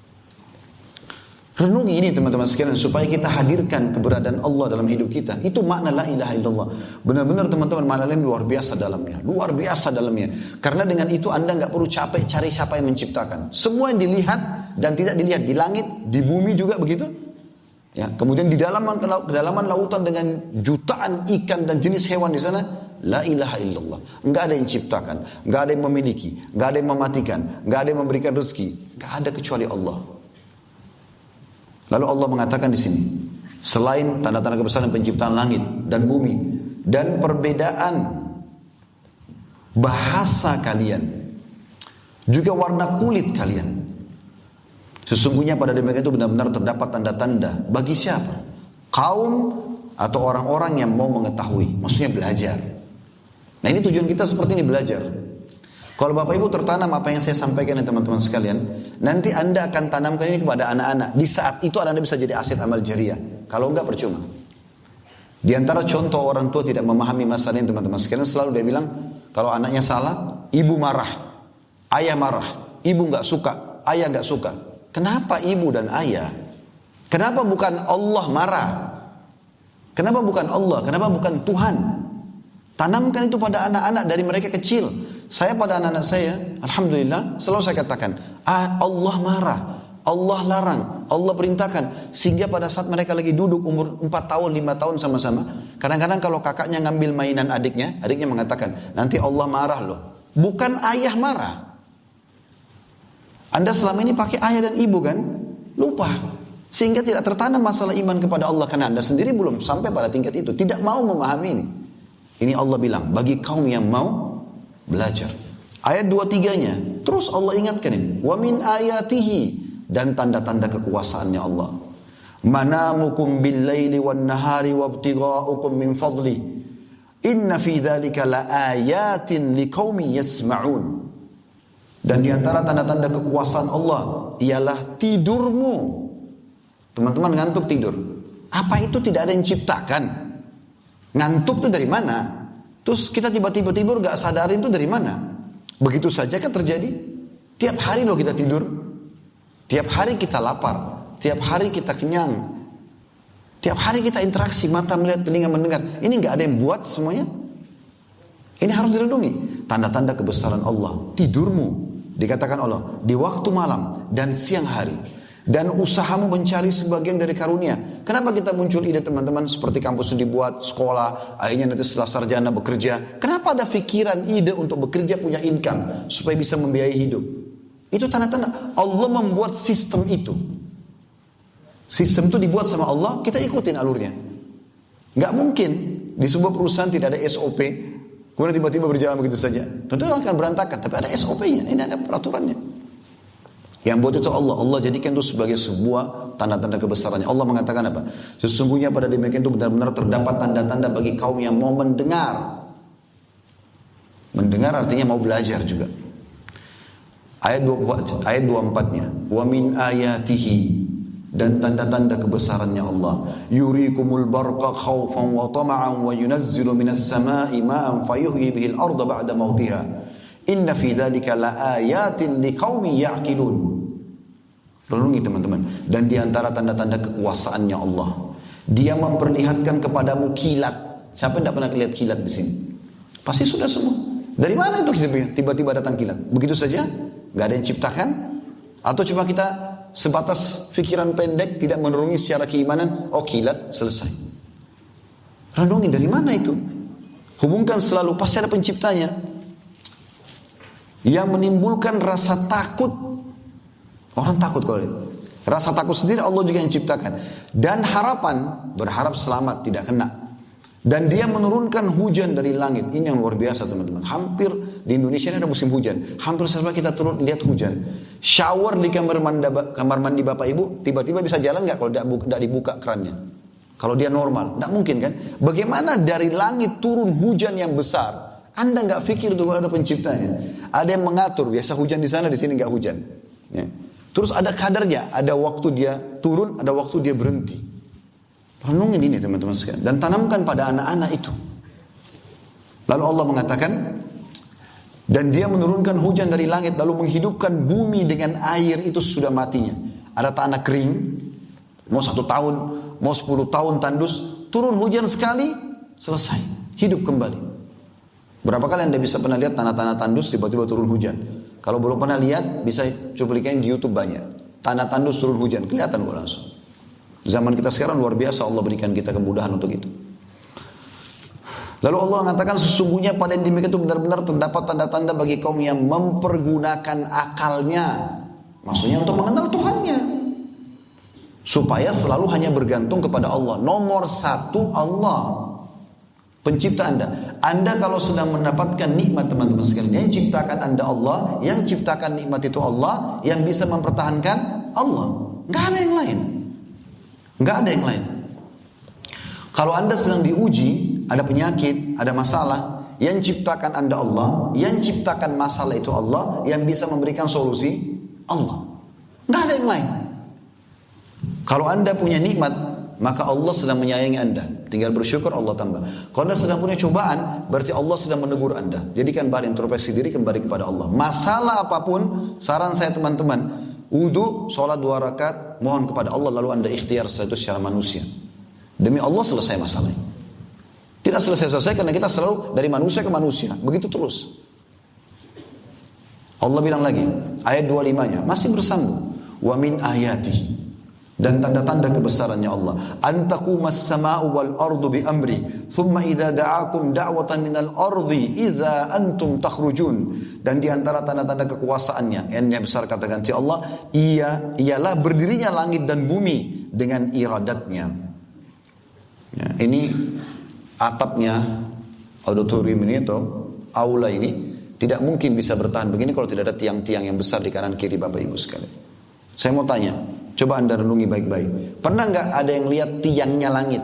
Renungi ini teman-teman sekalian supaya kita hadirkan keberadaan Allah dalam hidup kita. Itu makna la ilaha illallah. Benar-benar teman-teman makna ini luar biasa dalamnya. Luar biasa dalamnya. Karena dengan itu Anda nggak perlu capek cari siapa yang menciptakan. Semua yang dilihat dan tidak dilihat di langit, di bumi juga begitu. Ya, kemudian di kedalaman lautan dengan jutaan ikan dan jenis hewan di sana, la ilaha illallah. Enggak ada yang ciptakan, enggak ada yang memiliki, enggak ada yang mematikan, enggak ada yang memberikan rezeki, enggak ada kecuali Allah. Lalu Allah mengatakan di sini, selain tanda-tanda kebesaran penciptaan langit dan bumi dan perbedaan bahasa kalian, juga warna kulit kalian. Sesungguhnya pada demikian itu benar-benar terdapat tanda-tanda bagi siapa? Kaum atau orang-orang yang mau mengetahui, maksudnya belajar. Nah ini tujuan kita seperti ini, belajar. Kalau Bapak Ibu tertanam apa yang saya sampaikan ya teman-teman sekalian, nanti Anda akan tanamkan ini kepada anak-anak. Di saat itu Anda bisa jadi aset amal jariah. Kalau enggak percuma. Di antara contoh orang tua tidak memahami masalah ini teman-teman sekalian, selalu dia bilang, kalau anaknya salah, ibu marah, ayah marah, ibu enggak suka, ayah enggak suka. Kenapa ibu dan ayah? Kenapa bukan Allah marah? Kenapa bukan Allah? Kenapa bukan Tuhan? Tanamkan itu pada anak-anak dari mereka kecil. Saya pada anak-anak saya, alhamdulillah, selalu saya katakan, Allah marah, Allah larang, Allah perintahkan. Sehingga pada saat mereka lagi duduk umur 4 tahun, 5 tahun sama-sama, kadang-kadang kalau kakaknya ngambil mainan adiknya mengatakan, nanti Allah marah loh. Bukan ayah marah. Anda selama ini pakai ayah dan ibu kan? Lupa. Sehingga tidak tertanam masalah iman kepada Allah. Karena Anda sendiri belum sampai pada tingkat itu. Tidak mau memahami ini. Ini Allah bilang, bagi kaum yang mau belajar. Ayat 2-3-nya. Terus Allah ingatkan ini. Wa min ayatihi. Dan tanda-tanda kekuasaannya Allah. Manamukum bil-laili wan-nahari wabtigha'ukum min fadli. Inna fi dhalika la ayatin liqaumin yasma'un. Dan di antara tanda-tanda kekuasaan Allah ialah tidurmu. Teman-teman ngantuk tidur. Apa itu tidak ada yang ciptakan? Ngantuk itu dari mana? Terus kita tiba-tiba tidur gak sadarin itu dari mana? Begitu saja kan terjadi. Tiap hari loh kita tidur. Tiap hari kita lapar, tiap hari kita kenyang, tiap hari kita interaksi, mata melihat, telinga mendengar. Ini nggak ada yang buat semuanya. Ini harus direnungi. Tanda-tanda kebesaran Allah. Tidurmu, dikatakan Allah, di waktu malam dan siang hari. Dan usahamu mencari sebagian dari karunia. Kenapa kita muncul ide teman-teman seperti kampus yang dibuat, sekolah, akhirnya nanti setelah sarjana bekerja. Kenapa ada pikiran ide untuk bekerja punya income supaya bisa membiayai hidup? Itu tanda-tanda Allah membuat sistem itu. Sistem itu dibuat sama Allah, kita ikutin alurnya. Gak mungkin di sebuah perusahaan tidak ada SOP, kemudian tiba-tiba berjalan begitu saja. Tentu akan berantakan, tapi ada SOP-nya, ini ada peraturannya. Yang buat itu Allah. Allah jadikan itu sebagai sebuah tanda-tanda kebesarannya. Allah mengatakan apa? Sesungguhnya pada demikian itu benar-benar terdapat tanda-tanda bagi kaum yang mau mendengar. Mendengar artinya mau belajar juga. Ayat 24-nya. Wa min ayatihi, dan tanda-tanda kebesarannya Allah. Yurikumul barqa khawfan wa tama'an wa yunazzilu minas sama'i ma'an fayuhyi bihil arda ba'da mautiha. Inna fi dzalika laayatin liqaumin ya'qilun. Renungi teman-teman. Dan di antara tanda-tanda kekuasaannya Allah, Dia memperlihatkan kepadamu kilat. Siapa yang tidak pernah lihat kilat di sini? Pasti sudah semua. Dari mana itu tiba-tiba datang kilat? Begitu saja? Gak ada yang ciptakan? Atau cuma kita sebatas pikiran pendek, tidak menurungi secara keimanan? Oh, kilat, selesai. Renungi, dari mana itu? Hubungkan selalu, pasti ada penciptanya. Yang menimbulkan rasa takut. Orang takut kalau itu. Rasa takut sendiri Allah juga yang ciptakan. Dan harapan, berharap selamat, tidak kena. Dan Dia menurunkan hujan dari langit. Ini yang luar biasa teman-teman. Hampir di Indonesia ini ada musim hujan. Hampir setiap kita turun lihat hujan. Shower di kamar mandi bapak ibu, tiba-tiba bisa jalan nggak kalau tidak dibuka kerannya? Kalau dia normal, tidak mungkin kan? Bagaimana dari langit turun hujan yang besar? Anda nggak pikir itu kalau ada penciptanya? Ada yang mengatur. Biasa hujan di sana, di sini nggak hujan. Ya. Terus ada kadarnya, ada waktu dia turun, ada waktu dia berhenti. Renungin ini teman-teman sekalian. Dan tanamkan pada anak-anak itu. Lalu Allah mengatakan, dan Dia menurunkan hujan dari langit, lalu menghidupkan bumi dengan air itu sudah matinya. Ada tanah kering, mau 1 tahun, mau 10 tahun tandus, turun hujan sekali, selesai, hidup kembali. Berapa kali Anda bisa pernah lihat tanah-tanah tandus tiba-tiba turun hujan? Kalau belum pernah lihat, bisa cuplikan di YouTube banyak. Tanah tandus turun hujan, kelihatan kok langsung. Zaman kita sekarang luar biasa, Allah berikan kita kemudahan untuk itu. Lalu Allah mengatakan sesungguhnya pada yang demikian itu benar-benar terdapat tanda-tanda bagi kaum yang mempergunakan akalnya. Maksudnya untuk mengenal Tuhannya. Supaya selalu hanya bergantung kepada Allah. Nomor 1 Allah. Pencipta Anda. Anda kalau sedang mendapatkan nikmat teman-teman sekalian, yang ciptakan Anda Allah, yang ciptakan nikmat itu Allah, yang bisa mempertahankan Allah. Gak ada yang lain. Gak ada yang lain. Kalau Anda sedang diuji, ada penyakit, ada masalah, yang ciptakan Anda Allah, yang ciptakan masalah itu Allah, yang bisa memberikan solusi Allah. Gak ada yang lain. Kalau Anda punya nikmat, maka Allah sedang menyayangi Anda. Tinggal bersyukur, Allah tambah. Kalau Anda sedang punya cobaan, berarti Allah sedang menegur Anda. Jadikan bahan introspeksi diri, kembali kepada Allah. Masalah apapun, saran saya teman-teman, wudu, sholat 2 rakaat, mohon kepada Allah, lalu Anda ikhtiar setelah itu secara manusia. Demi Allah selesai masalahnya. Tidak selesai-selesai karena kita selalu dari manusia ke manusia. Begitu terus. Allah bilang lagi, ayat 25-nya, masih bersambung. Wa min ayatihi, dan tanda-tanda kebesarannya Allah. Antaqumas sama'u wal ardu bi amri, thumma idza da'akum da'watan minal ardi idza antum takhrujun. Dan di antara tanda-tanda kekuasaannya, yang besar kata ganti Allah, ialah berdirinya langit dan bumi dengan iradatnya. Ya, ini atapnya auditorium ini atau aula ini tidak mungkin bisa bertahan begini kalau tidak ada tiang-tiang yang besar di kanan kiri Bapak Ibu sekalian. Saya mau tanya, coba Anda renungi baik-baik. Pernah nggak ada yang lihat tiangnya langit?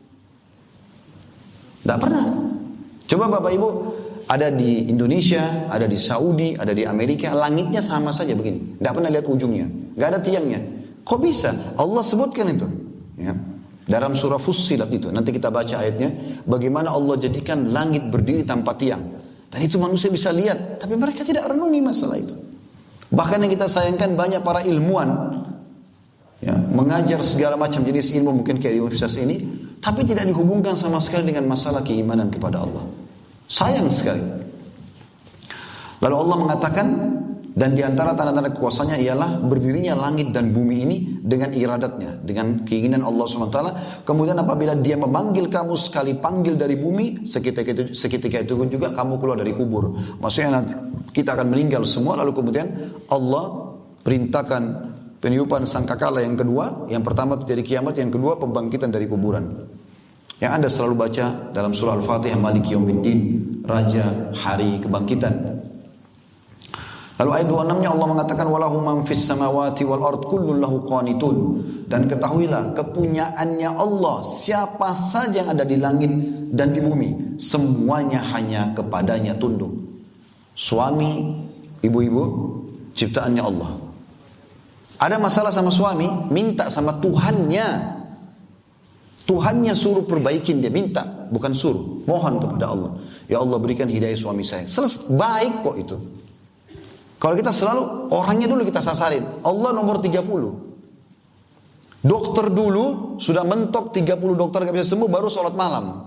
Tidak pernah. Coba Bapak Ibu, ada di Indonesia, ada di Saudi, ada di Amerika, langitnya sama saja begini. Tidak pernah lihat ujungnya, nggak ada tiangnya. Kok bisa? Allah sebutkan itu. Ya. Dalam surah Fussilat itu, nanti kita baca ayatnya, bagaimana Allah jadikan langit berdiri tanpa tiang. Dan itu manusia bisa lihat, tapi mereka tidak renungi masalah itu. Bahkan yang kita sayangkan banyak para ilmuwan ya, mengajar segala macam jenis ilmu mungkin kayak di universitas ini, tapi tidak dihubungkan sama sekali dengan masalah keimanan kepada Allah. Sayang sekali. Lalu Allah mengatakan, dan di antara tanda-tanda kekuasaannya ialah berdirinya langit dan bumi ini dengan iradatnya, dengan keinginan Allah SWT. Kemudian apabila dia memanggil kamu sekali panggil dari bumi, seketika itu juga kamu keluar dari kubur. Maksudnya nanti kita akan meninggal semua, lalu kemudian Allah perintahkan peniupan sangkakala yang kedua. Yang pertama terjadi kiamat, yang kedua pembangkitan dari kuburan. Yang Anda selalu baca dalam surah Al-Fatihah, Maliki Yaumiddin, Raja Hari Kebangkitan. Lalu ayat 26-nya Allah mengatakan walahu man fis samawati wal ard kullun lahu qanitun, dan ketahuilah kepunyaannya Allah siapa saja yang ada di langit dan di bumi semuanya hanya kepadanya tunduk. Suami, ibu-ibu ciptaannya Allah. Ada masalah sama suami, minta sama Tuhannya. Tuhannya suruh perbaikin, dia minta, bukan suruh, mohon kepada Allah. Ya Allah berikan hidayah suami saya. Selesai, baik kok itu. Kalau kita selalu orangnya dulu kita sasarin. Allah nomor 30. Dokter dulu sudah mentok 30 dokter gak bisa sembuh baru sholat malam.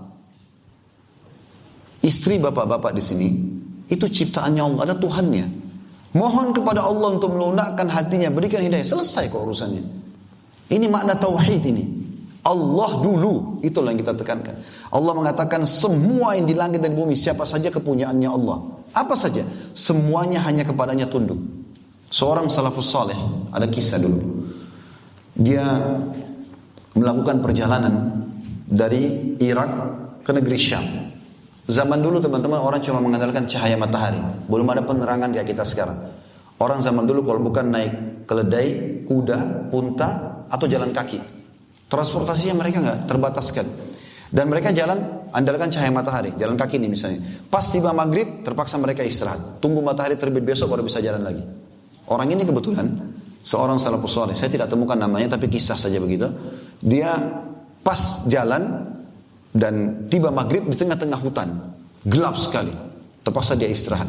Istri bapak-bapak di sini itu ciptaannya Allah, ada Tuhannya. Mohon kepada Allah untuk melunakkan hatinya, berikan hidayah, selesai kok urusannya. Ini makna tauhid ini. Allah dulu, itulah yang kita tekankan. Allah mengatakan semua yang di langit dan bumi siapa saja kepunyaannya Allah. Apa saja, semuanya hanya kepadanya tunduk. Seorang salafus saleh, ada kisah dulu. Dia melakukan perjalanan dari Irak ke negeri Syam. Zaman dulu teman-teman orang cuma mengandalkan cahaya matahari, belum ada penerangan kayak kita sekarang. Orang zaman dulu kalau bukan naik keledai, kuda, unta atau jalan kaki, transportasinya mereka nggak terbataskan. Dan mereka jalan andalkan cahaya matahari, jalan kaki nih misalnya. Pas tiba maghrib terpaksa mereka istirahat, tunggu matahari terbit besok baru bisa jalan lagi. Orang ini kebetulan seorang salafus saleh, saya tidak temukan namanya tapi kisah saja begitu. Dia pas jalan dan tiba maghrib di tengah-tengah hutan, gelap sekali, terpaksa dia istirahat.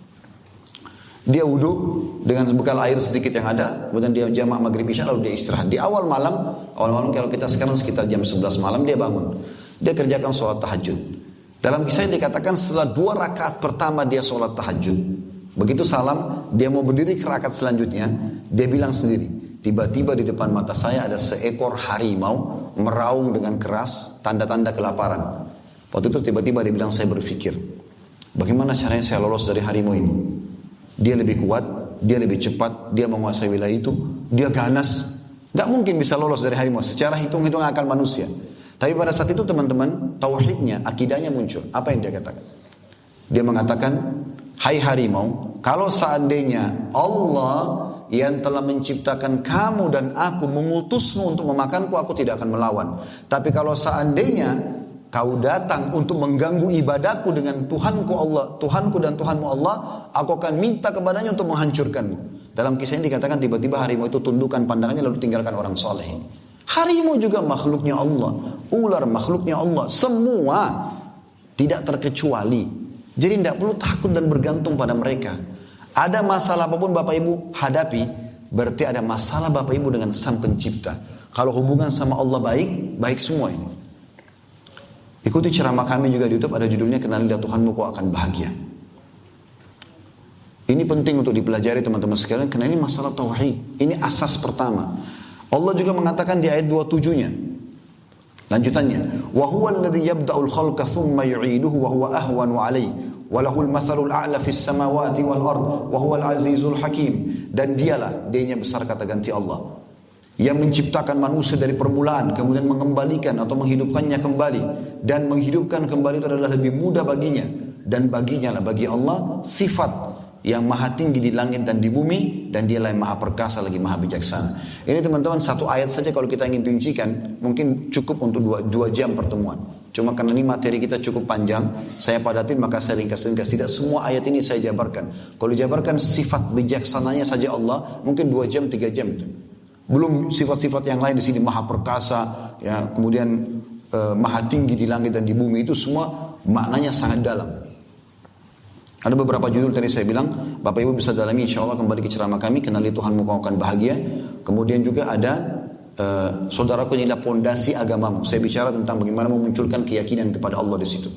Dia wudhu dengan bekal air sedikit yang ada, kemudian dia jamak maghrib isya lalu dia istirahat. Di awal malam kalau kita sekarang sekitar jam 11 malam dia bangun. Dia kerjakan sholat tahajud. Dalam kisah ini dikatakan setelah 2 rakaat pertama dia sholat tahajud. Begitu salam, dia mau berdiri ke rakaat selanjutnya, dia bilang sendiri, tiba-tiba di depan mata saya ada seekor harimau meraung dengan keras, tanda-tanda kelaparan. Waktu itu tiba-tiba dia bilang, saya berpikir, bagaimana caranya saya lolos dari harimau ini? Dia lebih kuat, dia lebih cepat, dia menguasai wilayah itu, dia ganas. Gak mungkin bisa lolos dari harimau secara hitung-hitung akal manusia. Tapi pada saat itu teman-teman, tauhidnya, akidahnya muncul. Apa yang dia katakan? Dia mengatakan, hai harimau, kalau seandainya Allah yang telah menciptakan kamu dan aku mengutusmu untuk memakanku, aku tidak akan melawan. Tapi kalau seandainya kau datang untuk mengganggu ibadahku dengan Tuhanku Allah, Tuhanku dan Tuhanmu Allah, aku akan minta kepadanya untuk menghancurkanmu. Dalam kisah ini dikatakan tiba-tiba harimau itu tundukkan pandangannya lalu tinggalkan orang soleh ini. Harimau juga makhluknya Allah, ular makhluknya Allah, semua tidak terkecuali. Jadi tidak perlu takut dan bergantung pada mereka. Ada masalah apapun Bapak Ibu hadapi, berarti ada masalah Bapak Ibu dengan Sang Pencipta. Kalau hubungan sama Allah baik, baik semua ini. Ikuti ceramah kami juga di YouTube, ada judulnya Kenalilah Tuhanmu Kau Akan Bahagia. Ini penting untuk dipelajari teman-teman sekalian, karena ini masalah tauhid. Ini asas pertama. Allah juga mengatakan di ayat 27-nya. Lanjutannya, wa huwa alladhi yabda'ul khalqa thumma yu'iduhu wa huwa ahwanu 'alayhi wa lahul mathalul a'la fis samawati wal ard wa huwal azizul hakim. Dan dialah, dia besar kata ganti Allah, yang menciptakan manusia dari permulaan kemudian mengembalikan atau menghidupkannya kembali, dan menghidupkan kembali itu adalah lebih mudah baginya, dan baginya lah, bagi Allah, sifat yang maha tinggi di langit dan di bumi, dan dialah yang maha perkasa lagi maha bijaksana. Ini teman-teman satu ayat saja kalau kita ingin rincikan mungkin cukup untuk 2 jam pertemuan. Cuma karena ini materi kita cukup panjang, saya padatin maka saya ringkas-ringkas. Tidak semua ayat ini saya jabarkan. Kalau jabarkan sifat bijaksananya saja Allah mungkin 2 jam 3 jam itu. Belum sifat-sifat yang lain di sini, maha perkasa, ya, kemudian maha tinggi di langit dan di bumi, itu semua maknanya sangat dalam. Ada beberapa judul tadi saya bilang, Bapak Ibu bisa dalami insya Allah kembali ke ceramah kami, kenali Tuhanmu kau akan bahagia. Kemudian juga ada saudaraku, inilah pondasi agamamu. Saya bicara tentang bagaimana memunculkan keyakinan kepada Allah di situ.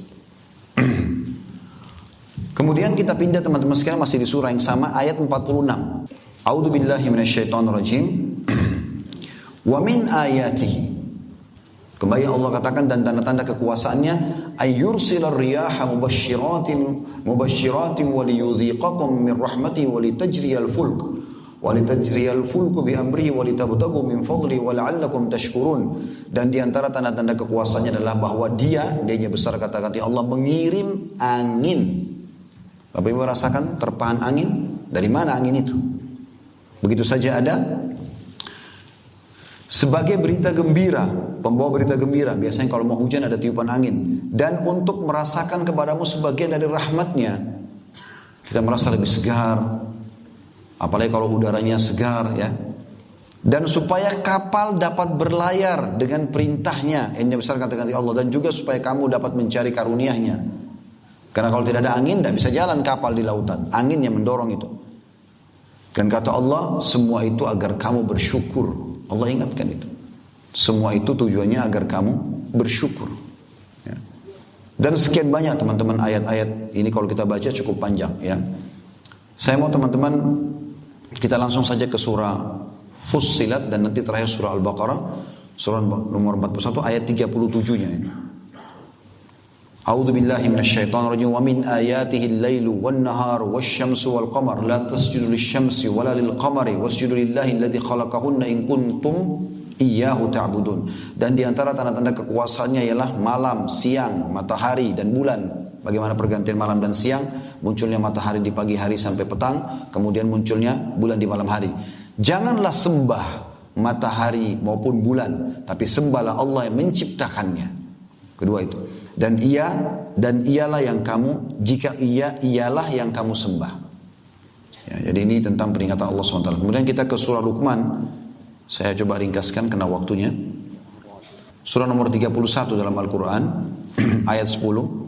Kemudian kita pindah teman-teman sekalian, masih di surah yang sama ayat 46. A'udzu billahi minasyaitonir rajim. Wa min ayatihi. Kembali Allah katakan, dan tanda-tanda kekuasaannya, ayyursilar riyaha mubashshiratin wa liyudhiqakum min rahmatihi wa litajriyal fulk walitajriyal fulku bi amrihi walitabtagu min fadli wa la'allakum tashkurun. Dan di antara tanda-tanda kekuasaannya adalah bahwa dia besar kata-kata Allah, mengirim angin. Bapak Ibu rasakan terpahan angin? Dari mana angin itu? Begitu saja ada sebagai berita gembira, pembawa berita gembira. Biasanya kalau mau hujan ada tiupan angin. Dan untuk merasakan kepadamu sebagian dari rahmatnya, kita merasa lebih segar. Apalagi kalau udaranya segar ya. Dan supaya kapal dapat berlayar dengan perintahnya, ini besar kata-kata Allah. Dan juga supaya kamu dapat mencari karunia-Nya. Karena kalau tidak ada angin, tidak bisa jalan kapal di lautan. Angin yang mendorong itu. Dan kata Allah, semua itu agar kamu bersyukur. Allah ingatkan itu. Semua itu tujuannya agar kamu bersyukur. Ya. Dan sekian banyak teman-teman ayat-ayat ini, kalau kita baca cukup panjang ya. Saya mau teman-teman kita langsung saja ke surah Fussilat dan nanti terakhir surah Al-Baqarah, surah nomor 41 ayat 37-nya ini. A'udzu billahi minasyaitonir rajim. Wa min ayatihi al-lailu wan-naharu wasyamsu wal-qamar la tasjudu lisyamsi wala lil-qamari wasjudu lillahi alladzi khalaqahunna in kuntum iyyahu ta'budun. Dan di antara tanda-tanda kekuasaannya ialah malam, siang, matahari dan bulan. Bagaimana pergantian malam dan siang, munculnya matahari di pagi hari sampai petang, kemudian munculnya bulan di malam hari. Janganlah sembah matahari maupun bulan, tapi sembahlah Allah yang menciptakannya. Kedua itu. Dan ialah yang kamu, jika ialah yang kamu sembah. Ya, jadi ini tentang peringatan Allah SWT. Kemudian kita ke surah Luqman. Saya coba ringkaskan karena waktunya. Surah nomor 31 dalam Al-Quran, ayat 10.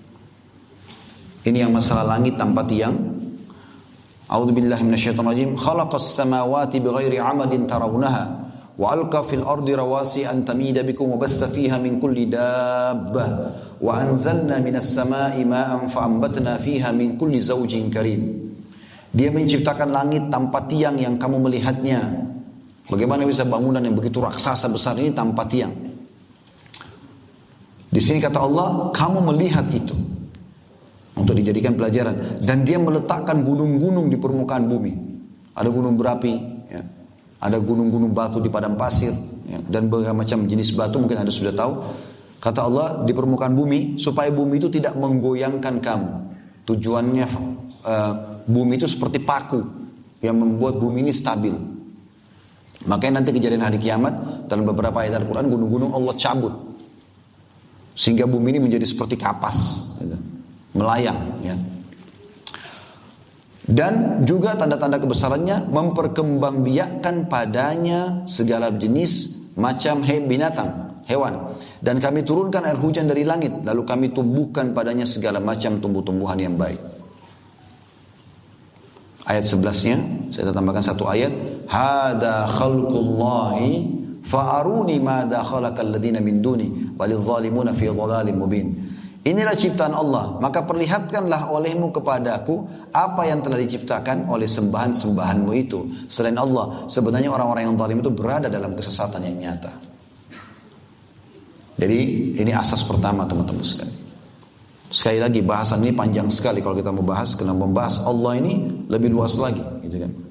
Ini yang masalah langit tanpa tiang. A'udzu billahi minasyaitonir rajim. Khalaqas samawati bighairi 'amadin tarawunaha wa alqa fil ardi rawasi an tamida bikum wa batha fiha min kulli dabbah wa anzalna minas samai ma'an fa ambatna fiha min kulli zawjin karim. Dia menciptakan langit tanpa tiang yang kamu melihatnya. Bagaimana bisa bangunan yang begitu raksasa besar ini tanpa tiang? Di sini kata Allah, kamu melihat itu untuk dijadikan pelajaran. Dan dia meletakkan gunung-gunung di permukaan bumi. Ada gunung berapi, ya. Ada gunung-gunung batu di padang pasir, ya. Dan berbagai macam jenis batu, mungkin Anda sudah tahu. Kata Allah, di permukaan bumi, supaya bumi itu tidak menggoyangkan kamu. Tujuannya bumi itu seperti paku yang membuat bumi ini stabil. Makanya nanti kejadian hari kiamat, dalam beberapa ayat Al-Quran, gunung-gunung Allah cabut sehingga bumi ini menjadi seperti kapas, gitu, melayang ya. Dan juga tanda-tanda kebesarannya, memperkembangbiakkan padanya segala jenis macam binatang, hewan. Dan kami turunkan air hujan dari langit, lalu kami tumbuhkan padanya segala macam tumbuh-tumbuhan yang baik. Ayat 11-nya saya tambahkan satu ayat, hada khalqullahi fa'aruni madza khalaqal ladzina min duni balidh zalimuna fi dhalalin mubin. Inilah ciptaan Allah, maka perlihatkanlah olehmu kepadaku apa yang telah diciptakan oleh sembahan-sembahanmu itu selain Allah. Sebenarnya orang-orang yang zalim itu berada dalam kesesatan yang nyata. Jadi ini asas pertama teman-teman sekalian. Sekali lagi bahasan ini panjang sekali kalau kita mau bahas, karena membahas Allah ini lebih luas lagi, gitu kan.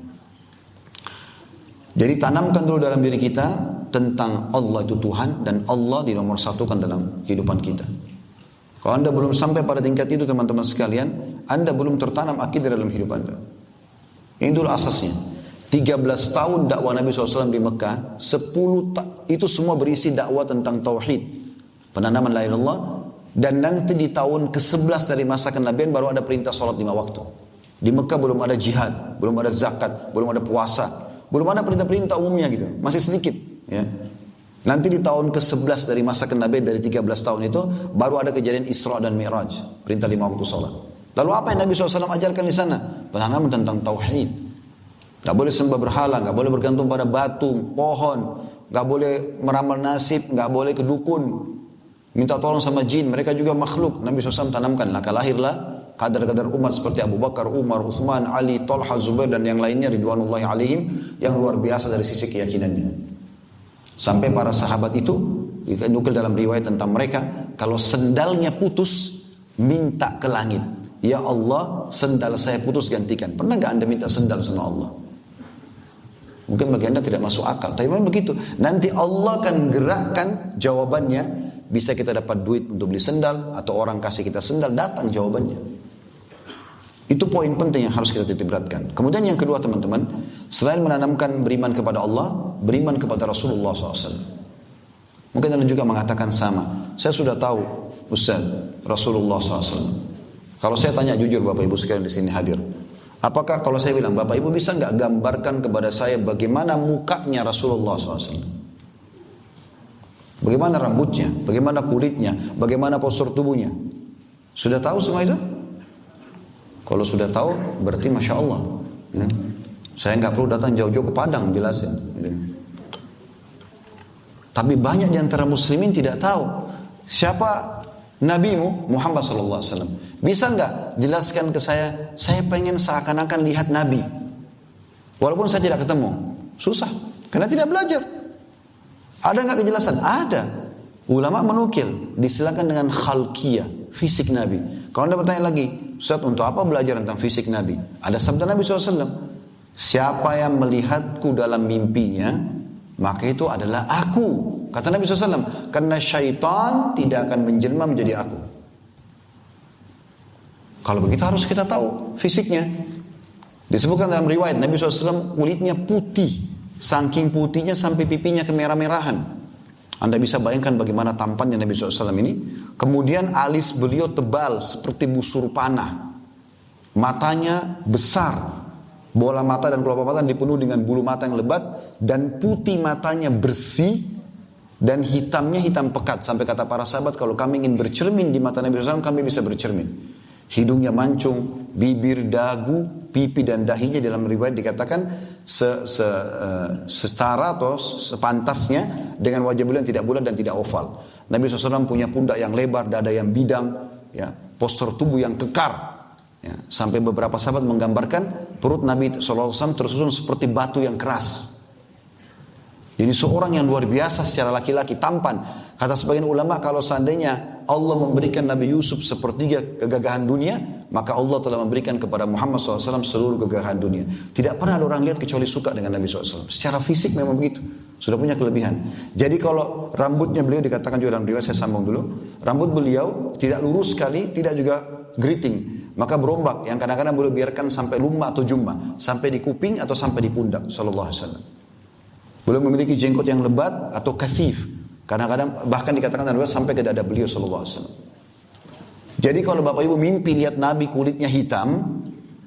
Jadi tanamkan dulu dalam diri kita tentang Allah itu Tuhan dan Allah dinomorsatukan dalam kehidupan kita. Kalau Anda belum sampai pada tingkat itu teman-teman sekalian, Anda belum tertanam akidah dalam hidup Anda. Ini dulu asasnya. 13 tahun dakwah Nabi SAW di Mekah, 10 itu semua berisi dakwah tentang tauhid, penanaman la ilaha illallah. Dan nanti di tahun ke-11 dari masa kenabian baru ada perintah sholat 5 waktu. Di Mekah belum ada jihad, belum ada zakat, belum ada puasa, belum ada perintah-perintah umumnya gitu, masih sedikit ya. Nanti di tahun ke-11 dari masa kenabian, dari 13 tahun itu baru ada kejadian Isra dan Mi'raj, perintah 5 waktu sholat. Lalu apa yang Nabi SAW ajarkan di sana? penanaman tentang tauhid. Gak boleh sembah berhala, gak boleh bergantung pada batu, pohon, gak boleh meramal nasib, gak boleh ke dukun, minta tolong sama jin. Mereka juga makhluk. Nabi SAW tanamkan, maka lahirlah kadar-kadar umat seperti Abu Bakar, Umar, Uthman, Ali, Talha, Zubair dan yang lainnya ridwanullahi alaihim yang luar biasa dari sisi keyakinannya. Sampai para sahabat itu dinukil dalam riwayat tentang mereka, kalau sendalnya putus minta ke langit, ya Allah sendal saya putus gantikan. Pernah gak anda minta sendal sama Allah? Mungkin bagi anda tidak masuk akal, tapi memang begitu. Nanti Allah akan gerakkan jawabannya. Bisa kita dapat duit untuk beli sendal, atau orang kasih kita sendal, datang jawabannya. Itu poin penting yang harus kita titik beratkan. Kemudian yang kedua teman-teman, selain menanamkan beriman kepada Allah, beriman kepada Rasulullah SAW. Mungkin anda juga mengatakan sama. Saya sudah tahu Ustaz Rasulullah SAW. Kalau saya tanya jujur Bapak Ibu sekalian di sini hadir, apakah kalau saya bilang Bapak Ibu bisa nggak gambarkan kepada saya bagaimana mukanya Rasulullah SAW? Bagaimana rambutnya, bagaimana kulitnya, bagaimana postur tubuhnya? Sudah tahu semua itu? Kalau sudah tahu, berarti Masya Allah. Ya. Saya nggak perlu datang jauh-jauh ke Padang jelasin. Ya. Tapi banyak di antara muslimin tidak tahu siapa nabimu Muhammad SAW. Bisa nggak jelaskan ke saya? Saya pengen seakan-akan lihat Nabi, walaupun saya tidak ketemu. Susah, karena tidak belajar. Ada nggak kejelasan? Ada. Ulama menukil, disilakan dengan khalqiyah, fisik Nabi. Kalau anda bertanya lagi, Ustaz untuk apa belajar tentang fisik Nabi? Ada sabda Nabi SAW. Siapa yang melihatku dalam mimpinya, maka itu adalah aku. Kata Nabi SAW, karena syaitan tidak akan menjelma menjadi aku. Kalau begitu harus kita tahu fisiknya. Disebutkan dalam riwayat, Nabi SAW kulitnya putih. Saking putihnya sampai pipinya kemerah-merahan. Anda bisa bayangkan bagaimana tampannya Nabi SAW ini. Kemudian alis beliau tebal seperti busur panah. Matanya besar. Bola mata dan kelopak mata dipenuhi dengan bulu mata yang lebat. Dan putih matanya bersih. Dan hitamnya hitam pekat. Sampai kata para sahabat, kalau kami ingin bercermin di mata Nabi SAW, kami bisa bercermin. Hidungnya mancung, bibir, dagu, pipi dan dahinya dalam riwayat dikatakan setara atau sepantasnya dengan wajah beliau yang tidak bulat dan tidak oval. Nabi SAW punya pundak yang lebar, dada yang bidang, ya, postur tubuh yang kekar. Ya, sampai beberapa sahabat menggambarkan perut Nabi SAW tersusun seperti batu yang keras. Jadi seorang yang luar biasa secara laki-laki, tampan. Kata sebagian ulama, kalau seandainya Allah memberikan Nabi Yusuf sepertiga kegagahan dunia, maka Allah telah memberikan kepada Muhammad SAW seluruh kegagahan dunia. Tidak pernah ada orang lihat kecuali suka dengan Nabi SAW. Secara fisik memang begitu. Sudah punya kelebihan. Jadi kalau rambutnya beliau dikatakan juga dalam riwayat, saya sambung dulu. Rambut beliau tidak lurus sekali, tidak juga geriting. Maka berombak, yang kadang-kadang beliau biarkan sampai lumma atau jumma. Sampai di kuping atau sampai di pundak. Sallallahu alaihi wasallam. Beliau memiliki jenggot yang lebat atau kathif. Kadang-kadang bahkan dikatakan sampai ke dada beliau sallallahu alaihi wasallam. Jadi kalau Bapak Ibu mimpi lihat Nabi kulitnya hitam,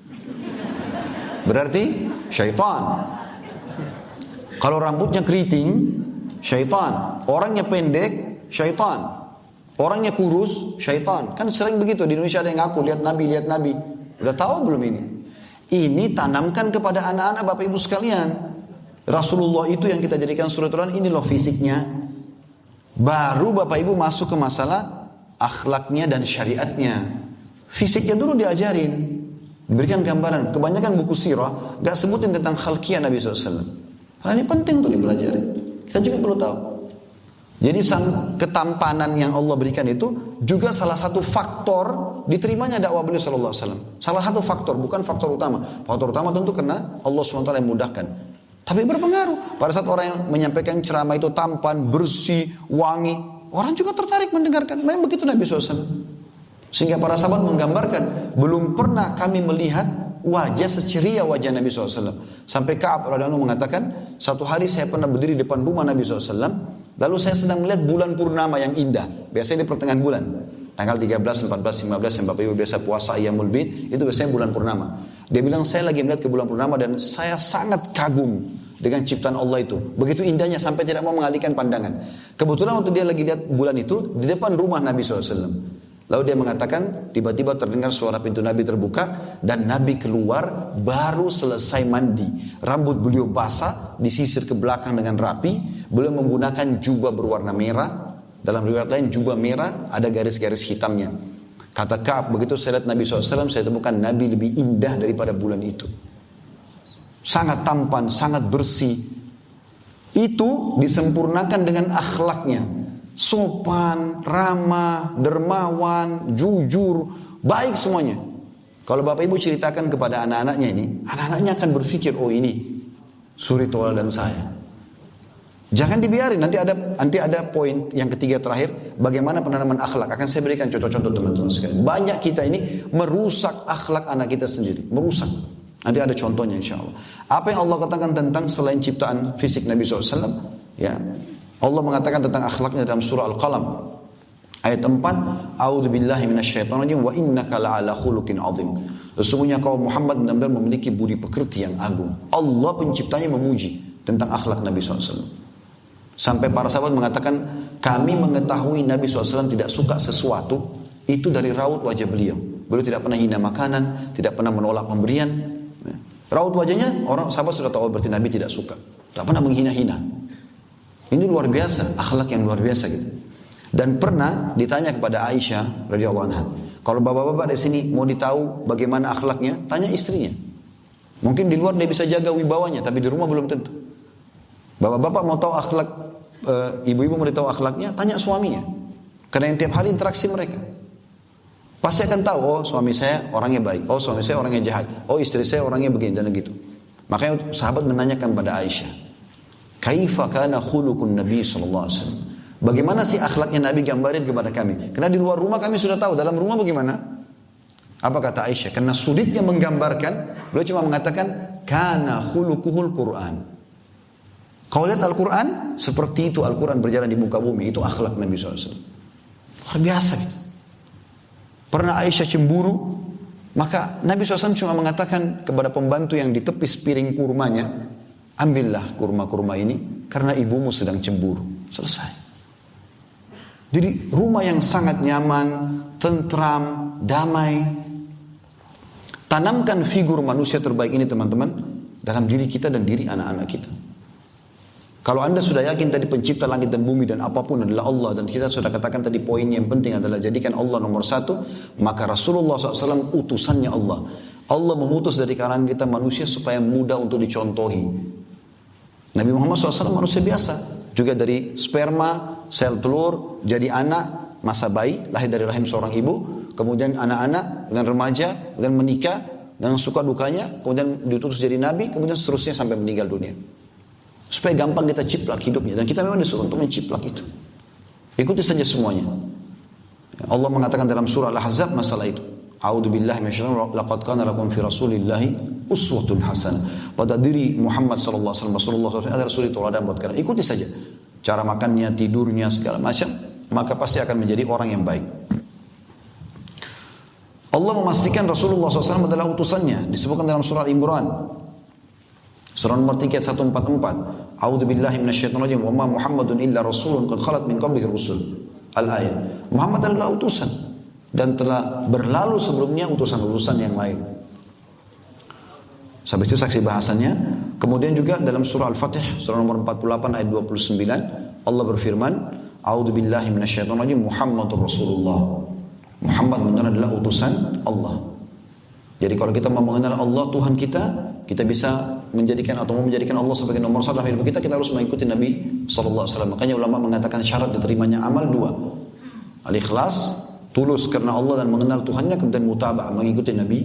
berarti syaitan. Kalau rambutnya keriting, syaitan. Orangnya pendek, syaitan. Orangnya kurus, syaitan. Kan sering begitu di Indonesia ada yang ngaku lihat Nabi, lihat Nabi. Udah tahu belum ini? Ini tanamkan kepada anak-anak Bapak Ibu sekalian. Rasulullah itu yang kita jadikan suri teladan, ini loh fisiknya. Baru Bapak Ibu masuk ke masalah akhlaknya dan syariatnya. Fisiknya dulu diajarin, diberikan gambaran. Kebanyakan buku sirah gak sebutin tentang khalqiyah Nabi SAW. Karena ini penting untuk dipelajari. Kita juga perlu tahu. Jadi ketampanan yang Allah berikan itu juga salah satu faktor diterimanya dakwah beliau SAW. Salah satu faktor, bukan faktor utama. Faktor utama tentu karena Allah SWT yang mudahkan. Tapi berpengaruh. Pada saat orang yang menyampaikan ceramah itu tampan, bersih, wangi, orang juga tertarik mendengarkan. Memang begitu Nabi SAW. Sehingga para sahabat menggambarkan, belum pernah kami melihat wajah seceria wajah Nabi SAW. Sampai Ka'ab radhiyallahu anhu mengatakan, satu hari saya pernah berdiri depan rumah Nabi SAW, lalu saya sedang melihat bulan purnama yang indah. Biasanya di pertengahan bulan, tanggal 13, 14, 15 yang Bapak Ibu biasa puasa Ayyamul Bid, itu biasanya bulan purnama. Dia bilang, saya lagi melihat ke bulan purnama dan saya sangat kagum dengan ciptaan Allah itu. Begitu indahnya sampai tidak mau mengalihkan pandangan. Kebetulan waktu dia lagi lihat bulan itu di depan rumah Nabi SAW. Lalu dia mengatakan, tiba-tiba terdengar suara pintu Nabi terbuka dan Nabi keluar baru selesai mandi. Rambut beliau basah, disisir ke belakang dengan rapi. Beliau menggunakan jubah berwarna merah. Dalam riwayat lain jubah merah ada garis-garis hitamnya. Kata Ka'ab, begitu saya lihat Nabi SAW, saya temukan Nabi lebih indah daripada bulan itu. Sangat tampan, sangat bersih. Itu disempurnakan dengan akhlaknya. Sopan, ramah, dermawan, jujur, baik semuanya. Kalau bapak ibu ceritakan kepada anak-anaknya ini, anak-anaknya akan berpikir, oh ini suri tauladan saya. Jangan dibiarin, nanti ada poin yang ketiga terakhir, bagaimana penanaman akhlak. Akan saya berikan contoh-contoh teman-teman sekalian. Banyak kita ini merusak akhlak anak kita sendiri, merusak. Nanti ada contohnya insya Allah. Apa yang Allah katakan tentang selain ciptaan fisik Nabi SAW, ya, Allah mengatakan tentang akhlaknya dalam surah Al-Qalam. Ayat 4, A'udzubillahi minasyaitonirrajim wa innaka la'ala khuluqin 'azim. Sesungguhnya kau Muhammad benar-benar memiliki budi pekerti yang agung. Allah penciptanya memuji tentang akhlak Nabi SAW. Sampai para sahabat mengatakan, kami mengetahui Nabi SAW tidak suka sesuatu, itu dari raut wajah beliau. Beliau tidak pernah hina makanan, tidak pernah menolak pemberian. Raut wajahnya, orang sahabat sudah tahu berarti Nabi tidak suka. Tidak pernah menghina-hina. Ini luar biasa, akhlak yang luar biasa gitu. Dan pernah ditanya kepada Aisyah radhiyallahu anha, kalau bapak-bapak di sini mau ditahu bagaimana akhlaknya, tanya istrinya. Mungkin di luar dia bisa jaga wibawanya, tapi di rumah belum tentu. Bapak-bapak mau tahu akhlak, ibu-ibu mau ditahu akhlaknya, tanya suaminya. Karena yang tiap hari interaksi mereka. Pasti akan tahu, oh suami saya orangnya baik, oh suami saya orangnya jahat, oh istri saya orangnya begini dan begitu. Makanya sahabat menanyakan pada Aisyah, kaifa kana khuluqun Nabi sallallahu alaihi wasallam? Bagaimana sih akhlaknya Nabi, gambarin kepada kami. Karena di luar rumah kami sudah tahu, dalam rumah bagaimana? Apa kata Aisyah? Karena sulitnya menggambarkan, beliau cuma mengatakan kana khuluquhul Quran. Kau lihat Al-Quran, seperti itu Al-Quran berjalan di muka bumi, itu akhlak Nabi SAW. Luar biasa gitu. Pernah Aisyah cemburu, maka Nabi SAW cuma mengatakan kepada pembantu yang ditepis piring kurmanya, ambillah kurma-kurma ini, karena ibumu sedang cemburu. Selesai. Jadi rumah yang sangat nyaman, tentram, damai. Tanamkan figur manusia terbaik ini teman-teman, dalam diri kita dan diri anak-anak kita. Kalau anda sudah yakin tadi pencipta langit dan bumi dan apapun adalah Allah, dan kita sudah katakan tadi poin yang penting adalah jadikan Allah nomor satu, maka Rasulullah SAW utusannya Allah. Allah memutus dari kalangan kita manusia supaya mudah untuk dicontohi. Nabi Muhammad SAW manusia biasa, juga dari sperma, sel telur, jadi anak, masa bayi, lahir dari rahim seorang ibu, kemudian anak-anak, dengan remaja, dengan menikah, dengan suka dukanya, kemudian diutus jadi nabi, kemudian seterusnya sampai meninggal dunia. Supaya gampang kita ciplak hidupnya. Dan kita memang disuruh untuk menciplak itu. Ikuti saja semuanya. Allah mengatakan dalam surah Al-Ahzab masalah itu. A'udzubillahi minasyaitonir rajim. Laqad kana lakum fi Rasulillahi uswatun hasanah. Pada diri Muhammad sallallahu alaihi wasallam, Rasulullah SAW ada suri tauladan buat kalian. Ikuti saja. Cara makannya, tidurnya, segala macam. Maka pasti akan menjadi orang yang baik. Allah memastikan Rasulullah SAW adalah utusannya. Disebutkan dalam surah Al-Imran. Surah nomor 3 ayat 144. A'udzubillahi minasyaitonir rajim. Wa ma Muhammadun illa rasulun qad khalat min qablihi rusul. Al-ayat. Muhammad adalah utusan dan telah berlalu sebelumnya utusan-utusan yang lain. Sampai itu saksi bahasannya. Kemudian juga dalam surah Al-Fatih surah nomor 48 ayat 29 Allah berfirman, A'udzubillahi minasyaitonir rajim. Muhammadur Rasulullah. Muhammad benar adalah utusan Allah. Jadi kalau kita mau mengenal Allah Tuhan kita bisa menjadikan atau mau menjadikan Allah sebagai nomor satu dalam hidup kita harus mengikuti Nabi SAW. Makanya ulama mengatakan syarat diterimanya amal dua. Al-ikhlas, tulus karena Allah dan mengenal Tuhannya, kemudian mutaba'ah, mengikuti Nabi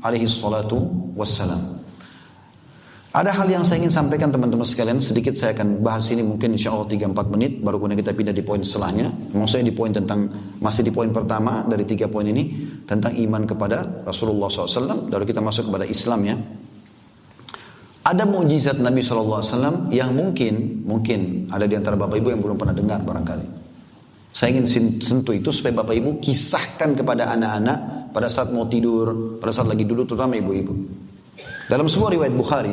SAW. Ada hal yang saya ingin sampaikan teman-teman sekalian, sedikit saya akan bahas ini mungkin insya Allah 3-4 menit, baru kemudian kita pindah di poin setelahnya. Maksudnya di poin masih di poin pertama dari 3 poin ini, tentang iman kepada Rasulullah SAW, lalu kita masuk kepada Islam ya. Ada mukjizat Nabi SAW yang mungkin ada di antara Bapak Ibu yang belum pernah dengar barangkali. Saya ingin sentuh itu supaya Bapak Ibu kisahkan kepada anak-anak pada saat mau tidur, pada saat lagi duduk, terutama ibu-ibu. Dalam sebuah riwayat Bukhari,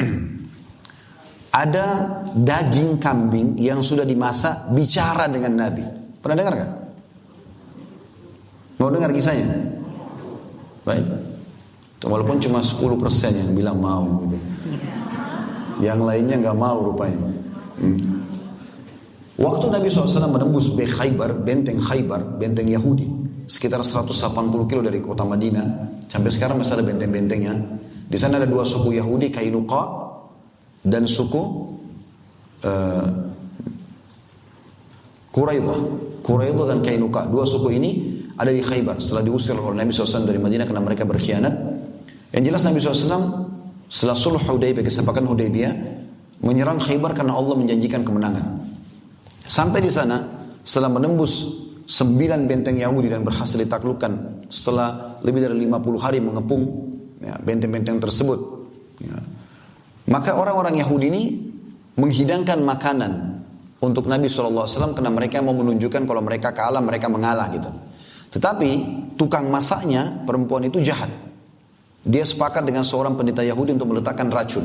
ada daging kambing yang sudah dimasak bicara dengan Nabi. Pernah dengar kan? Mau dengar kisahnya? Baik. Walaupun cuma 10% yang bilang mau gitu. Yang lainnya nggak mau rupanya. Waktu Nabi SAW menembus benteng Khaybar, benteng Yahudi, sekitar 180 kilo dari kota Madinah, sampai sekarang masih ada benteng-bentengnya. Di sana ada dua suku Yahudi, Kainuqa dan suku Quraidah dan Kainuqa. Dua suku ini ada di Khaybar setelah diusir oleh Nabi SAW dari Madinah karena mereka berkhianat. Yang jelas Nabi SAW setelah sulh Hudaybiyah, kesepakatan Hudaybiyah, menyerang Khaybar karena Allah menjanjikan kemenangan. Sampai di sana setelah menembus 9 benteng Yahudi dan berhasil ditaklukkan setelah lebih dari 50 hari mengepung benteng-benteng tersebut. Maka orang-orang Yahudi ini menghidangkan makanan untuk Nabi SAW karena mereka mau menunjukkan kalau mereka kalah, mereka mengalah gitu. Tetapi tukang masaknya perempuan itu jahat. Dia sepakat dengan seorang pendeta Yahudi untuk meletakkan racun.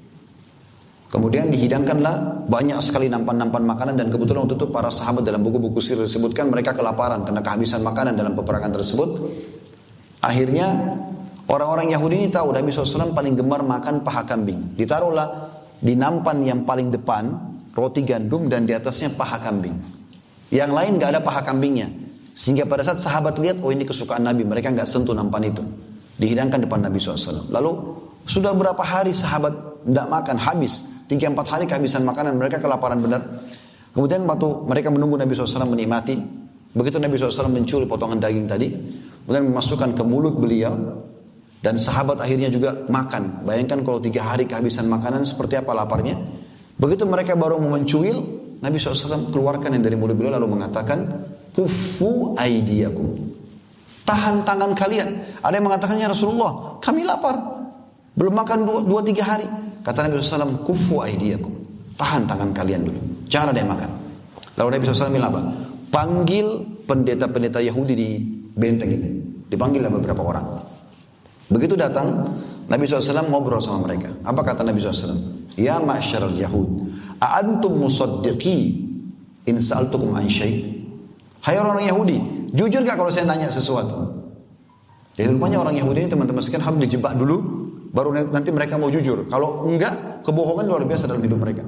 Kemudian dihidangkanlah banyak sekali nampan-nampan makanan, dan kebetulan waktu itu para sahabat dalam buku-buku sirah disebutkan mereka kelaparan karena kehabisan makanan dalam peperangan tersebut. Akhirnya orang-orang Yahudi ini tahu Nabi SAW paling gemar makan paha kambing. Ditaruhlah di nampan yang paling depan roti gandum dan di atasnya paha kambing. Yang lain gak ada paha kambingnya. Sehingga pada saat sahabat lihat, oh ini kesukaan Nabi, mereka gak sentuh nampan itu. Dihidangkan depan Nabi SAW. Lalu sudah berapa hari sahabat tidak makan, habis 3-4 hari kehabisan makanan, mereka kelaparan benar. Kemudian waktu mereka menunggu Nabi SAW menikmati, begitu Nabi SAW mencuri potongan daging tadi, kemudian memasukkan ke mulut beliau, dan sahabat akhirnya juga makan. Bayangkan kalau 3 hari kehabisan makanan, seperti apa laparnya. Begitu mereka baru mau mencuil, Nabi SAW keluarkan yang dari mulut beliau lalu mengatakan, Kuffu aidiyakum, tahan tangan kalian. Ada yang mengatakan, ya Rasulullah, kami lapar, belum makan 2-3 hari. Kata Nabi SAW, Kuffu aidiyakum, tahan tangan kalian dulu, jangan ada yang makan. Lalu Nabi SAW bilang apa? Panggil pendeta-pendeta Yahudi di benteng ini. Dipanggil beberapa orang. Begitu datang, Nabi SAW ngobrol sama mereka. Apa kata Nabi SAW? Ya ma'syaral Yahud, a'antum musaddiqi in sa'altukum an syai'. Hai orang Yahudi, jujur gak kalau saya nanya sesuatu? Jadi rupanya orang Yahudi ini teman-teman sekalian harus dijebak dulu, baru nanti mereka mau jujur. Kalau enggak, kebohongan luar biasa dalam hidup mereka.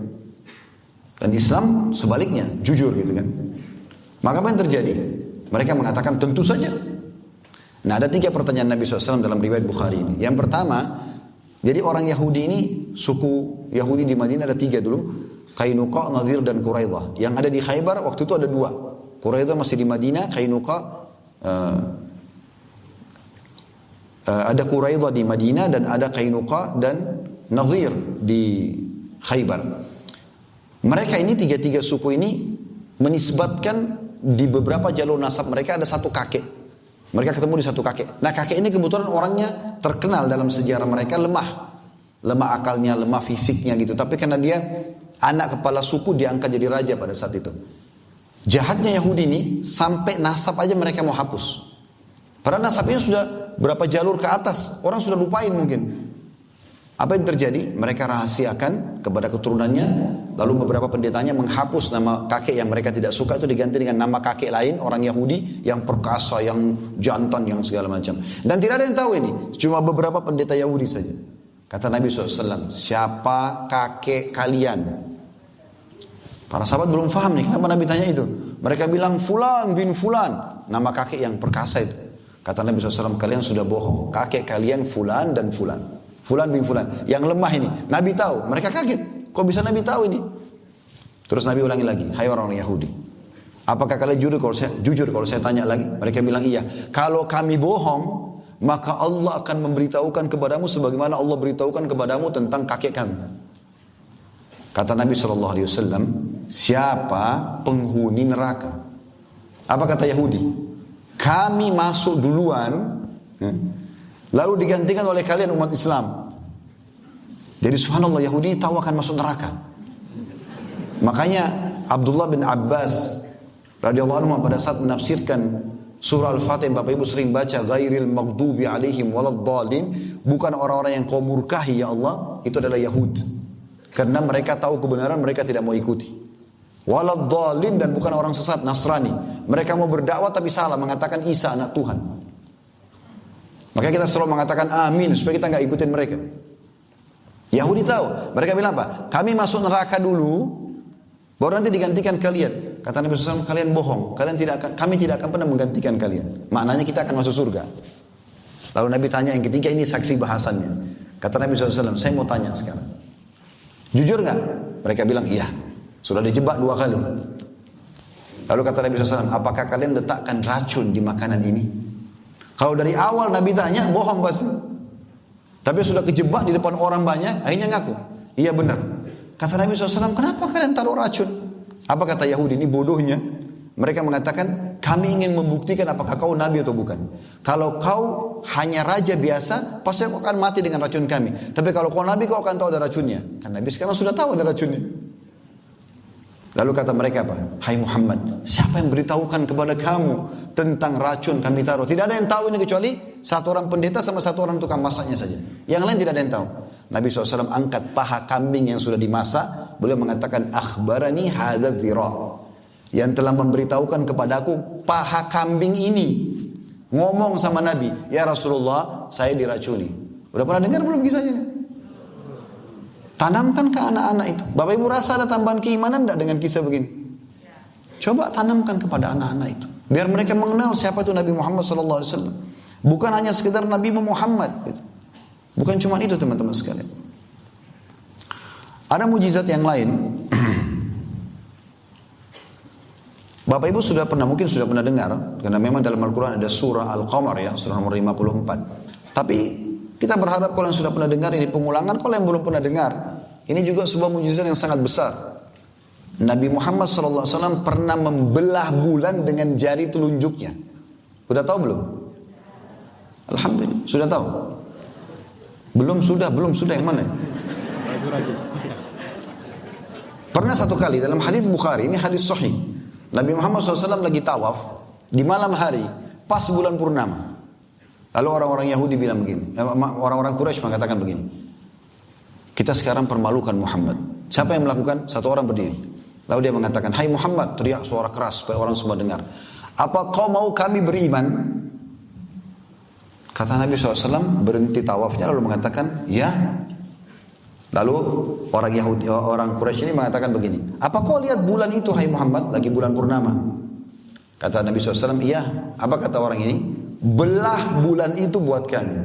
Dan Islam sebaliknya, jujur gitu kan. Maka apa yang terjadi? Mereka mengatakan tentu saja. Nah, ada 3 pertanyaan Nabi SAW dalam riwayat Bukhari ini. Yang pertama, jadi orang Yahudi ini, suku Yahudi di Madinah ada 3 dulu, Kainuqa, Nadhir dan Quraidah. Yang ada di Khaybar waktu itu ada 2. Quraidah masih di Madinah, Kainuqa ada Quraidah di Madinah dan ada Kainuqa dan Nadhir di Khaybar. Mereka ini 3 suku ini menisbatkan di beberapa jalur nasab mereka ada satu kakek. Mereka ketemu di satu kakek. Nah, kakek ini kebetulan orangnya terkenal dalam sejarah mereka lemah akalnya, lemah fisiknya gitu. Tapi karena dia anak kepala suku, diangkat jadi raja pada saat itu. Jahatnya Yahudi ini sampai nasab aja mereka mau hapus. Padahal nasabnya sudah berapa jalur ke atas, orang sudah lupain mungkin. Apa yang terjadi? Mereka rahasiakan kepada keturunannya, lalu beberapa pendetanya menghapus nama kakek yang mereka tidak suka itu diganti dengan nama kakek lain, orang Yahudi yang perkasa, yang jantan, yang segala macam. Dan tidak ada yang tahu ini, cuma beberapa pendeta Yahudi saja. Kata Nabi SAW, siapa kakek kalian? Para sahabat belum faham nih, kenapa Nabi tanya itu? Mereka bilang, Fulan bin Fulan, nama kakek yang perkasa itu. Kata Nabi SAW, kalian sudah bohong. Kakek kalian Fulan dan Fulan. Fulan bin Fulan. Yang lemah ini. Nabi tahu. Mereka kaget. Kok bisa Nabi tahu ini? Terus Nabi ulangi lagi. Hai orang Yahudi. Apakah kalian jujur kalau saya tanya lagi? Mereka bilang iya. Kalau kami bohong, maka Allah akan memberitahukan kepadamu sebagaimana Allah beritahukan kepadamu tentang kakek kami. Kata Nabi SAW, siapa penghuni neraka? Apa kata Yahudi? Kami masuk duluan, lalu digantikan oleh kalian umat Islam. Jadi subhanallah, Yahudi tahu akan masuk neraka. Makanya Abdullah bin Abbas radhiyallahu anhu pada saat menafsirkan surah Al-Fatihah, Bapak Ibu sering baca, ghairil maghdubi alaihim waladdallin, bukan orang-orang yang kau murkahi ya Allah, itu adalah Yahud. Karena mereka tahu kebenaran, mereka tidak mau ikuti. Waladdallin, dan bukan orang sesat, Nasrani. Mereka mau berdakwah tapi salah, mengatakan Isa anak Tuhan. Makanya kita selalu mengatakan amin supaya kita nggak ikutin mereka. Yahudi tahu, mereka bilang apa? Kami masuk neraka dulu, baru nanti digantikan kalian. Kata Nabi SAW, kalian bohong, kami tidak akan pernah menggantikan kalian. Maknanya kita akan masuk surga. Lalu Nabi tanya yang ketiga, ini saksi bahasannya. Kata Nabi SAW, saya mau tanya sekarang, jujur nggak? Mereka bilang iya. Sudah dijebak 2 kali. Lalu kata Nabi SAW, apakah kalian letakkan racun di makanan ini? Kalau dari awal Nabi tanya, bohong pasti. Tapi sudah kejebak di depan orang banyak, akhirnya ngaku. Iya benar. Kata Nabi SAW, kenapa kalian taruh racun? Apa kata Yahudi? Ini bodohnya. Mereka mengatakan, kami ingin membuktikan apakah kau Nabi atau bukan. Kalau kau hanya raja biasa, pasti kau akan mati dengan racun kami. Tapi kalau kau Nabi, kau akan tahu ada racunnya. Kan Nabi sekarang sudah tahu ada racunnya. Lalu kata mereka apa? Hai Muhammad, siapa yang beritahukan kepada kamu tentang racun kami taruh? Tidak ada yang tahu ini kecuali satu orang pendeta sama satu orang tukang masaknya saja. Yang lain tidak ada yang tahu. Nabi SAW angkat paha kambing yang sudah dimasak. Beliau mengatakan, akhbarani hadza dhira, yang telah memberitahukan kepadaku paha kambing ini. Ngomong sama Nabi, ya Rasulullah, saya diracuni. Udah pernah dengar belum kisahnya? Tanamkan ke anak-anak itu. Bapak Ibu rasa ada tambahan keimanan tidak dengan kisah begini? Coba tanamkan kepada anak-anak itu, biar mereka mengenal siapa itu Nabi Muhammad SAW. Bukan hanya sekedar Nabi Muhammad gitu. Bukan cuma itu teman-teman sekalian. Ada mujizat yang lain. Bapak Ibu mungkin sudah pernah dengar, karena memang dalam Al-Quran ada surah Al-Qamar ya, surah nomor 54. Tapi kita berharap kalau yang sudah pernah dengar ini pengulangan, kalau yang belum pernah dengar, ini juga sebuah mujizat yang sangat besar. Nabi Muhammad SAW pernah membelah bulan dengan jari telunjuknya. Sudah tahu belum? Alhamdulillah, sudah tahu? Belum sudah yang mana? Pernah satu kali dalam hadis Bukhari, ini hadis sahih. Nabi Muhammad SAW lagi tawaf di malam hari, pas bulan purnama. Lalu orang-orang Yahudi bilang begini, orang-orang Quraisy mengatakan begini, kita sekarang permalukan Muhammad. Siapa yang melakukan? Satu orang berdiri. Lalu dia mengatakan, hai Muhammad, teriak suara keras supaya orang semua dengar. Apa kau mau kami beriman? Kata Nabi SAW berhenti tawafnya lalu mengatakan, ya. Lalu orang Quraisy ini mengatakan begini, apa kau lihat bulan itu hai Muhammad, lagi bulan purnama? Kata Nabi SAW, iya. Apa kata orang ini? Belah bulan itu buat kami.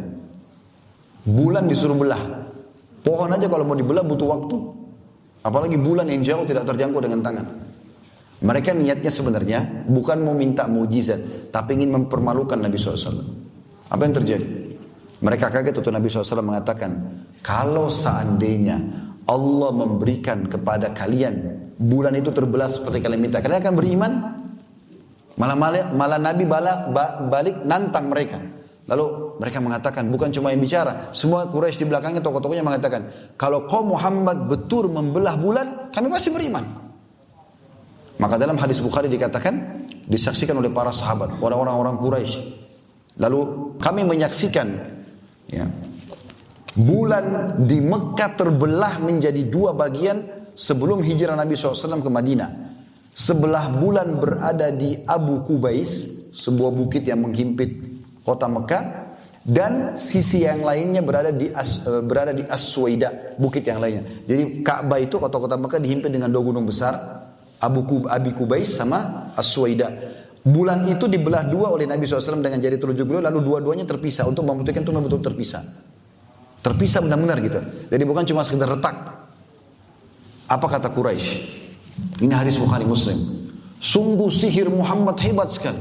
Bulan disuruh belah. Pohon aja kalau mau dibelah butuh waktu. Apalagi bulan yang jauh tidak terjangkau dengan tangan. Mereka niatnya sebenarnya bukan mau minta mujizat, tapi ingin mempermalukan Nabi SAW. Apa yang terjadi? Mereka kaget waktu Nabi SAW mengatakan, kalau seandainya Allah memberikan kepada kalian bulan itu terbelah seperti kalian minta, kalian akan beriman? Malah Nabi balik nantang mereka. Lalu mereka mengatakan, bukan cuma yang bicara, semua Quraisy di belakangnya, tokoh-tokohnya mengatakan, kalau kau Muhammad betul membelah bulan, kami pasti beriman. Maka dalam hadis Bukhari dikatakan, disaksikan oleh para sahabat, orang-orang Quraisy. Lalu kami menyaksikan ya, bulan di Mekah terbelah menjadi 2 bagian sebelum hijrah Nabi SAW ke Madinah. Sebelah bulan berada di Abu Qubais, sebuah bukit yang menghimpit kota Mekah, dan sisi yang lainnya berada di As-Suwaida, bukit yang lainnya. Jadi Ka'bah itu kota-kota Mekah dihimpit dengan 2 gunung besar, Abi Qubais sama As-Suwaida. Bulan itu dibelah 2 oleh Nabi SAW dengan jari telunjuk beliau, lalu dua-duanya terpisah untuk membuktikan itu betul terpisah. Terpisah benar-benar gitu. Jadi bukan cuma sekedar retak. Apa kata Quraisy? Ini hadis Bukhari Muslim. Sungguh sihir Muhammad hebat sekali.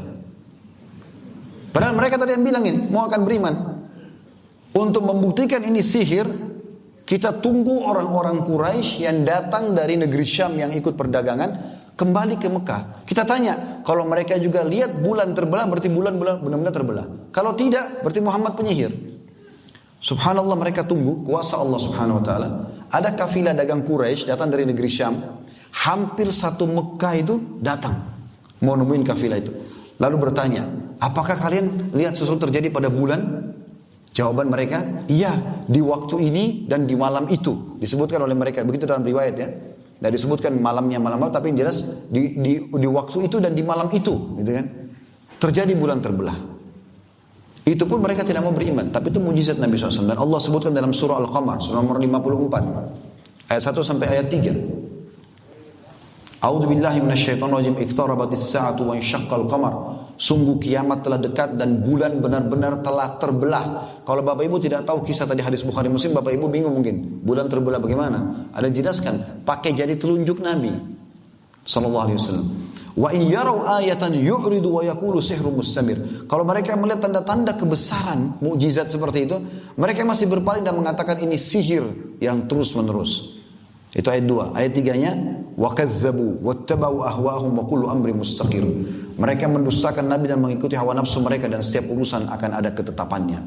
Padahal mereka tadi yang bilang ini mau akan beriman. Untuk membuktikan ini sihir, kita tunggu orang-orang Quraisy yang datang dari negeri Syam yang ikut perdagangan kembali ke Mekah. Kita tanya, kalau mereka juga lihat bulan terbelah, berarti bulan benar-benar terbelah. Kalau tidak, berarti Muhammad penyihir. Subhanallah, mereka tunggu kuasa Allah Subhanahu Wa Taala. Ada kafilah dagang Quraisy datang dari negeri Syam. Hampir satu Mekah itu datang mau nemuin kafilah itu. Lalu bertanya, apakah kalian lihat sesuatu terjadi pada bulan? Jawaban mereka, iya, di waktu ini dan di malam itu. Disebutkan oleh mereka, begitu dalam riwayat ya. Tidak disebutkan malamnya malam apa, tapi yang jelas di waktu itu dan di malam itu, gitu kan? Terjadi bulan terbelah. Itu pun mereka tidak mau beriman, tapi itu mujizat Nabi SAW. Dan Allah sebutkan dalam surah Al-Qamar, surah nomor 54, ayat 1 sampai ayat 3. A'udzu billahi minasyaitonir rajim. Iqtarabatis sa'atu wa insyaqqal qamar. Sungguh kiamat telah dekat dan bulan benar-benar telah terbelah. Kalau Bapak Ibu tidak tahu kisah tadi hadis Bukhari Muslim, Bapak Ibu bingung mungkin. Bulan terbelah bagaimana? Ada dijelaskan, pakai jari telunjuk Nabi sallallahu alaihi wasallam. Wa iyyarau ayatan yu'ridu wa yaqulu sihrun mustamir. Kalau mereka melihat tanda-tanda kebesaran, mukjizat seperti itu, mereka masih berpaling dan mengatakan ini sihir yang terus-menerus. Itu ayat 2. Ayat 3-nya, wa kadzdzabu wattaba'u ahwa'ahum wa kullu amri mustaqir. Mereka mendustakan Nabi dan mengikuti hawa nafsu mereka, dan setiap urusan akan ada ketetapannya.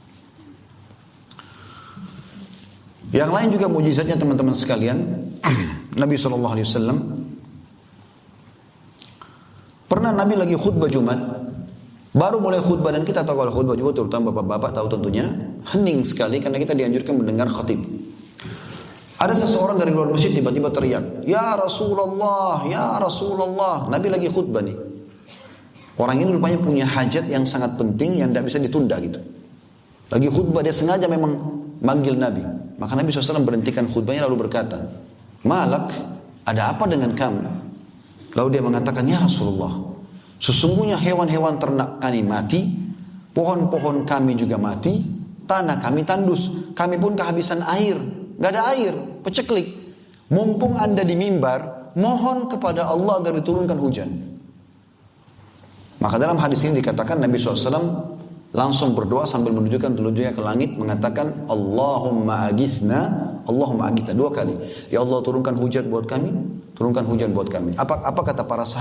Yang lain juga mukjizatnya teman-teman sekalian, Nabi SAW pernah Nabi lagi khutbah Jumat, baru mulai khutbah, dan kita tahu kalau khutbah Jumat terutama bapak-bapak tahu tentunya hening sekali karena kita dianjurkan mendengar khatib. Ada seseorang dari luar masjid tiba-tiba teriak, "Ya Rasulullah, ya Rasulullah." Nabi lagi khutbah nih. Orang ini rupanya punya hajat yang sangat penting yang tidak bisa ditunda gitu. Lagi khutbah, dia sengaja memang manggil Nabi. Maka Nabi SAW berhentikan khutbahnya lalu berkata, "Malak, ada apa dengan kamu?" Lalu dia mengatakan, "Ya Rasulullah, sesungguhnya hewan-hewan ternak kami mati, pohon-pohon kami juga mati, tanah kami tandus, kami pun kehabisan air. Gak ada air, peceklik. Mumpung Anda di mimbar, mohon kepada Allah agar diturunkan hujan." Maka dalam hadis ini dikatakan Nabi SAW langsung berdoa sambil menunjukkan telunjuknya ke langit, mengatakan Allahumma agithna, Allahumma agithna 2 kali. Ya Allah, turunkan hujan buat kami, turunkan hujan buat kami. Apa kata para sahabat?